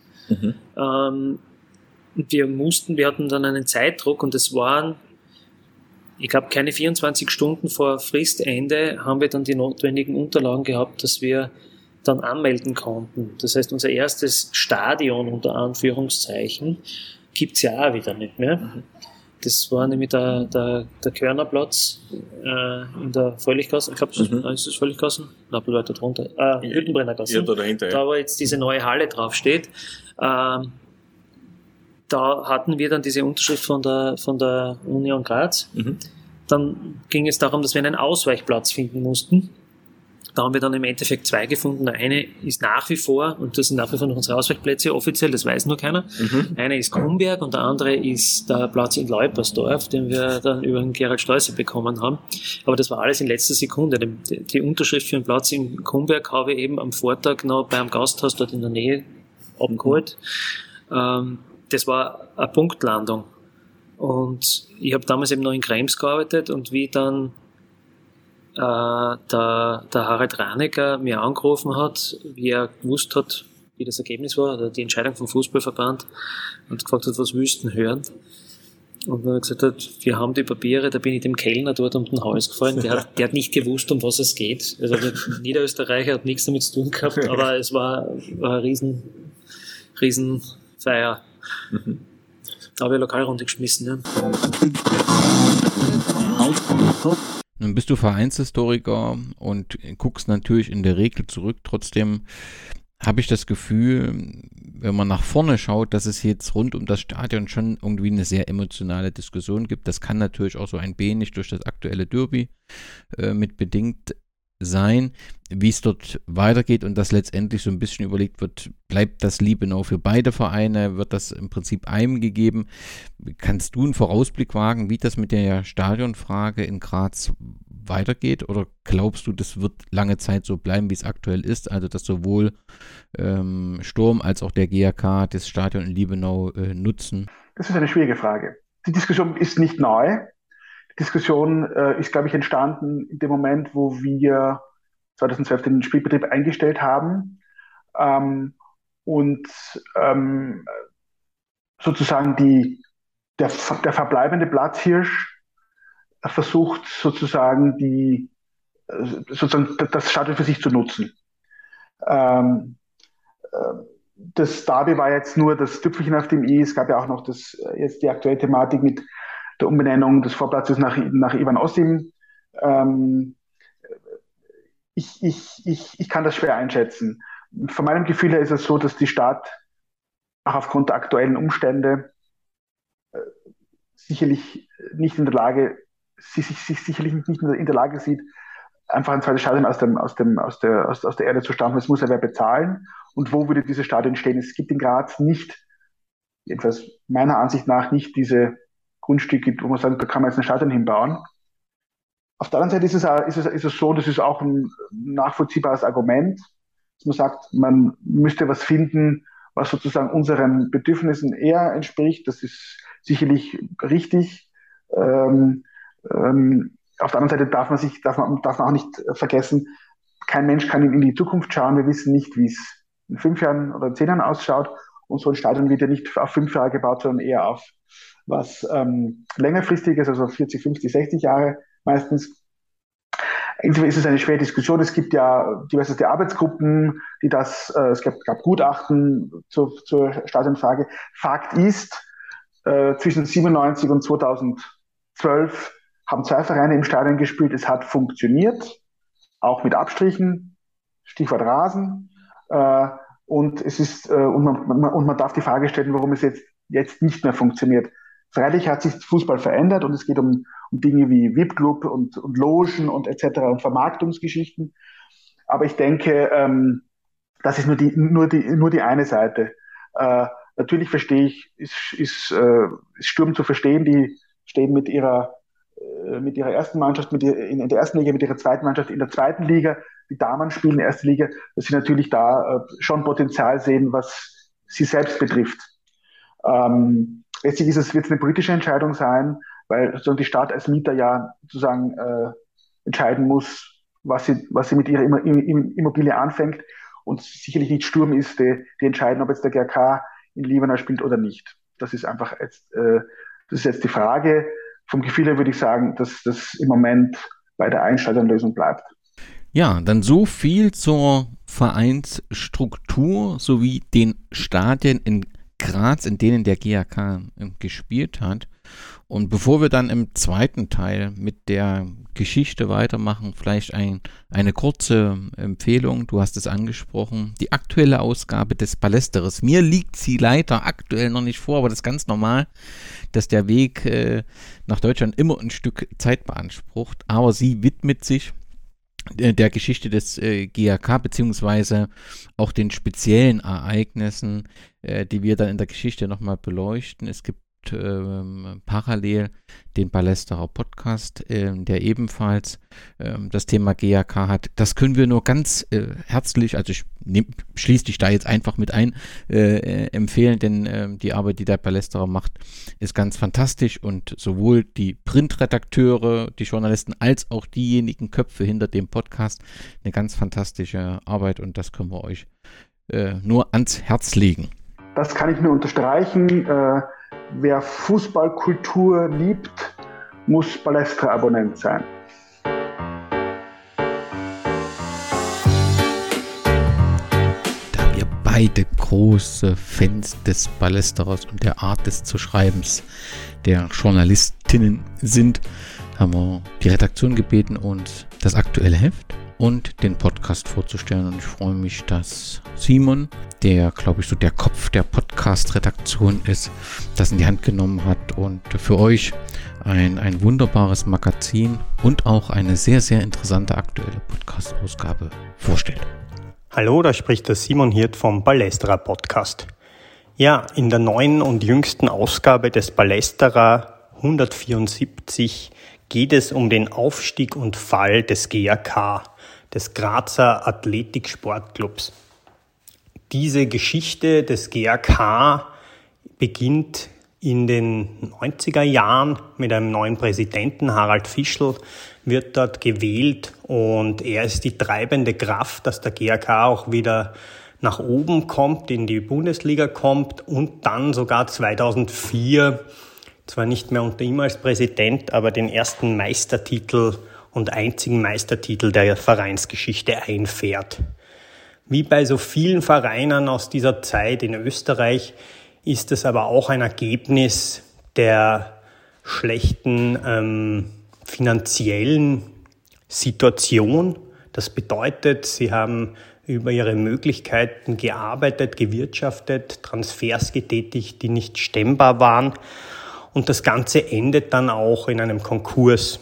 Wir hatten dann einen Zeitdruck und es waren, ich glaube, keine 24 Stunden vor Fristende haben wir dann die notwendigen Unterlagen gehabt, dass wir dann anmelden konnten. Das heißt, unser erstes Stadion unter Anführungszeichen gibt's ja auch wieder nicht mehr. Das war nämlich der Körnerplatz in der Völliggasse. Ich glaube, ist das Völliggassen? Nein, weiter drunter. Hüttenbrenner Gasse. Ja, da dahinter. Da, wo jetzt diese neue Halle draufsteht. Da hatten wir dann diese Unterschrift von der Union Graz. Dann ging es darum, dass wir einen Ausweichplatz finden mussten. Da haben wir dann im Endeffekt 2 gefunden. Der eine ist nach wie vor, und das sind nach wie vor noch unsere Ausweichplätze offiziell, das weiß nur keiner. Einer ist Kumberg und der andere ist der Platz in Leupersdorf, den wir dann über den Gerald Steußer bekommen haben. Aber das war alles in letzter Sekunde. Die Unterschrift für den Platz in Kumberg habe ich eben am Vortag noch bei einem Gasthaus dort in der Nähe abgeholt. Das war eine Punktlandung. Und ich habe damals eben noch in Krems gearbeitet und wie dann der Harald Ranecker mir angerufen hat, wie er gewusst hat, wie das Ergebnis war, oder die Entscheidung vom Fußballverband, und gefragt hat, was willst du denn hören? Und dann hat er gesagt, wir haben die Papiere, da bin ich dem Kellner dort um den Hals gefallen, der hat nicht gewusst, um was es geht. Also der Niederösterreicher hat nichts damit zu tun gehabt, aber es war eine riesen Feier. Da habe ich eine Lokalrunde geschmissen. Ja. Nun bist du Vereinshistoriker und guckst natürlich in der Regel zurück. Trotzdem habe ich das Gefühl, wenn man nach vorne schaut, dass es jetzt rund um das Stadion schon irgendwie eine sehr emotionale Diskussion gibt. Das kann natürlich auch so ein wenig durch das aktuelle Derby mit bedingt sein, wie es dort weitergeht und dass letztendlich so ein bisschen überlegt wird, bleibt das Liebenau für beide Vereine, wird das im Prinzip einem gegeben? Kannst du einen Vorausblick wagen, wie das mit der Stadionfrage in Graz weitergeht, oder glaubst du, das wird lange Zeit so bleiben, wie es aktuell ist, also dass sowohl Sturm als auch der GAK das Stadion in Liebenau nutzen? Das ist eine schwierige Frage. Die Diskussion ist nicht neu. Die Diskussion ist, glaube ich, entstanden in dem Moment, wo wir 2012 den Spielbetrieb eingestellt haben und sozusagen der verbleibende Platzhirsch versucht sozusagen das Stadion für sich zu nutzen. Das Derby war jetzt nur das Tüpfelchen auf dem i. Es gab ja auch noch jetzt die aktuelle Thematik mit der Umbenennung des Vorplatzes nach Ivan Osim. Ich kann das schwer einschätzen. Von meinem Gefühl her ist es so, dass die Stadt auch aufgrund der aktuellen Umstände sicherlich nicht in der Lage sieht, einfach ein zweites Stadion aus der Erde zu stampfen. Das muss ja wer bezahlen. Und wo würde dieses Stadion stehen? Es gibt in Graz nicht, jedenfalls meiner Ansicht nach, nicht diese Grundstücke, wo man sagt, da kann man jetzt ein Stadion hinbauen. Auf der anderen Seite ist es so, das ist auch ein nachvollziehbares Argument, dass man sagt, man müsste was finden, was sozusagen unseren Bedürfnissen eher entspricht. Das ist sicherlich richtig. Auf der anderen Seite darf man auch nicht vergessen, kein Mensch kann in die Zukunft schauen. Wir wissen nicht, wie es in 5 Jahren oder 10 Jahren ausschaut. Und so ein Stadion wird ja nicht auf 5 Jahre gebaut, sondern eher auf was längerfristiges, also 40, 50, 60 Jahre meistens. Insofern ist es eine schwere Diskussion. Es gibt ja diverse Arbeitsgruppen, es gab Gutachten zur Stadionfrage. Fakt ist, zwischen 1997 und 2012 haben 2 Vereine im Stadion gespielt. Es hat funktioniert, auch mit Abstrichen, Stichwort Rasen. Und man darf die Frage stellen, warum es jetzt nicht mehr funktioniert. Freilich hat sich Fußball verändert und es geht um Dinge wie VIP-Club und Logen und etc. und Vermarktungsgeschichten. Aber ich denke, das ist nur die eine Seite. Natürlich verstehe ich, ist Sturm zu verstehen, die stehen mit ihrer ersten Mannschaft in der ersten Liga, mit ihrer zweiten Mannschaft in der zweiten Liga, die Damen spielen in der ersten Liga, dass sie natürlich da schon Potenzial sehen, was sie selbst betrifft. Letztlich wird es eine politische Entscheidung sein, weil sozusagen die Stadt als Mieter ja sozusagen entscheiden muss, was sie mit ihrer Immobilie anfängt, und sicherlich nicht Sturm ist, die entscheiden, ob jetzt der GAK in Liebenau spielt oder nicht. Das ist einfach das ist jetzt die Frage. Vom Gefühl her würde ich sagen, dass das im Moment bei der Einstadionlösung bleibt. Ja, dann so viel zur Vereinsstruktur sowie den Stadien in Graz, in denen der GAK gespielt hat. Und bevor wir dann im zweiten Teil mit der Geschichte weitermachen, vielleicht eine kurze Empfehlung. Du hast es angesprochen, die aktuelle Ausgabe des Palästeres. Mir liegt sie leider aktuell noch nicht vor, aber das ist ganz normal, dass der Weg nach Deutschland immer ein Stück Zeit beansprucht. Aber sie widmet sich der Geschichte des GAK, beziehungsweise auch den speziellen Ereignissen, die wir dann in der Geschichte nochmal beleuchten. Es gibt parallel den Ballesterer Podcast, der ebenfalls das Thema GAK hat. Das können wir nur ganz herzlich, also ich schließe dich da jetzt einfach mit ein, empfehlen, denn die Arbeit, die der Ballesterer macht, ist ganz fantastisch und sowohl die Printredakteure, die Journalisten, als auch diejenigen Köpfe hinter dem Podcast eine ganz fantastische Arbeit und das können wir euch nur ans Herz legen. Das kann ich nur unterstreichen. Wer Fußballkultur liebt, muss Ballesterer-Abonnent sein. Da wir beide große Fans des Ballesterers und der Art des zu Schreibens der Journalistinnen sind, haben wir die Redaktion gebeten, uns das aktuelle Heft und den Podcast vorzustellen. Und ich freue mich, dass Simon, der, glaube ich, so der Kopf der Podcast-Redaktion ist, das in die Hand genommen hat und für euch ein wunderbares Magazin und auch eine sehr, sehr interessante aktuelle Podcast-Ausgabe vorstellt. Hallo, da spricht der Simon Hirt vom Ballesterer Podcast. Ja, in der neuen und jüngsten Ausgabe des Ballesterer 174 geht es um den Aufstieg und Fall des GAK, des Grazer Athletik-Sportclubs. Diese Geschichte des GAK beginnt in den 90er Jahren mit einem neuen Präsidenten. Harald Fischl wird dort gewählt und er ist die treibende Kraft, dass der GAK auch wieder nach oben kommt, in die Bundesliga kommt und dann sogar 2004, zwar nicht mehr unter ihm als Präsident, aber den ersten Meistertitel und einzigen Meistertitel der Vereinsgeschichte einfährt. Wie bei so vielen Vereinen aus dieser Zeit in Österreich ist es aber auch ein Ergebnis der schlechten finanziellen Situation. Das bedeutet, sie haben über ihre Möglichkeiten gearbeitet, gewirtschaftet, Transfers getätigt, die nicht stemmbar waren. Und das Ganze endet dann auch in einem Konkurs.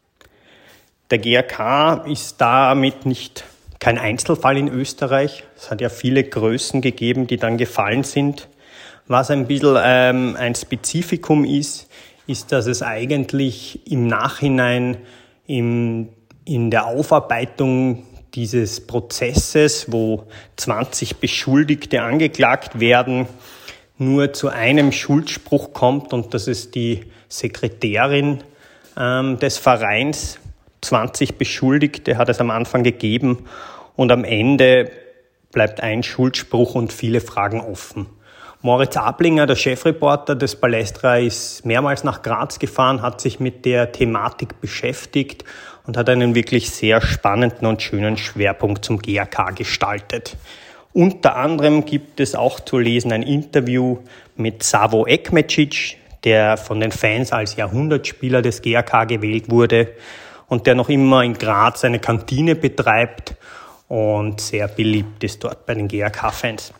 Der GAK ist damit nicht kein Einzelfall in Österreich. Es hat ja viele Größen gegeben, die dann gefallen sind. Was ein bisschen ein Spezifikum ist, dass es eigentlich im Nachhinein in der Aufarbeitung dieses Prozesses, wo 20 Beschuldigte angeklagt werden, nur zu einem Schuldspruch kommt und das ist die Sekretärin des Vereins. 20 Beschuldigte hat es am Anfang gegeben und am Ende bleibt ein Schuldspruch und viele Fragen offen. Moritz Ablinger, der Chefreporter des Ballesterer, ist mehrmals nach Graz gefahren, hat sich mit der Thematik beschäftigt und hat einen wirklich sehr spannenden und schönen Schwerpunkt zum GAK gestaltet. Unter anderem gibt es auch zu lesen ein Interview mit Savo Ekmecic, der von den Fans als Jahrhundertspieler des GAK gewählt wurde und der noch immer in Graz eine Kantine betreibt und sehr beliebt ist dort bei den GAK-Fans.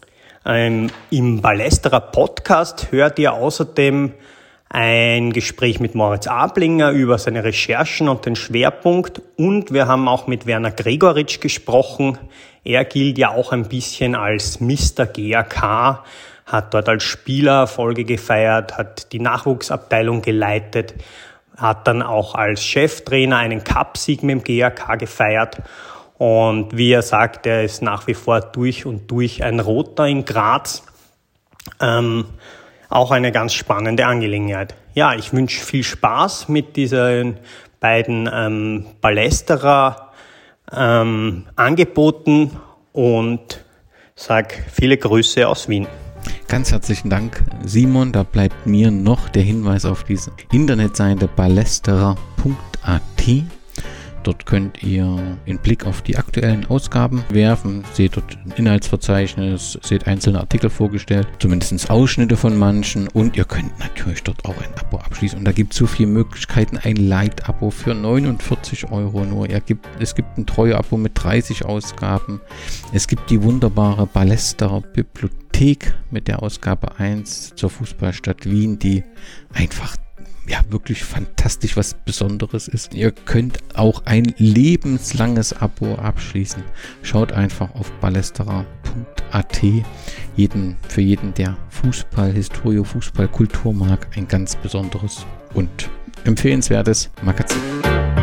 Im Ballesterer Podcast hört ihr außerdem ein Gespräch mit Moritz Ablinger über seine Recherchen und den Schwerpunkt und wir haben auch mit Werner Gregoritsch gesprochen. Er gilt ja auch ein bisschen als Mr. GAK, hat dort als Spieler Erfolge gefeiert, hat die Nachwuchsabteilung geleitet, hat dann auch als Cheftrainer einen Cupsieg mit dem GAK gefeiert. Und wie er sagt, er ist nach wie vor durch und durch ein Roter in Graz. Auch eine ganz spannende Angelegenheit. Ja, ich wünsche viel Spaß mit diesen beiden Ballesterer Angeboten und sage viele Grüße aus Wien. Ganz herzlichen Dank, Simon. Da bleibt mir noch der Hinweis auf diese Internetseite ballesterer.at. Dort könnt ihr einen Blick auf die aktuellen Ausgaben werfen, seht dort ein Inhaltsverzeichnis, seht einzelne Artikel vorgestellt, zumindest Ausschnitte von manchen und ihr könnt natürlich dort auch ein Abo abschließen. Und da gibt es so viele Möglichkeiten, ein Light-Abo für 49 € nur. Es gibt ein Treu-Abo mit 30 Ausgaben. Es gibt die wunderbare Ballesterer Bibliothek mit der Ausgabe 1 zur Fußballstadt Wien, die einfach ja wirklich fantastisch, was Besonderes ist. Ihr könnt auch ein lebenslanges Abo abschließen. Schaut einfach auf ballesterer.at. Für jeden, der Fußballhistorie, Fußballkultur mag, ein ganz besonderes und empfehlenswertes Magazin.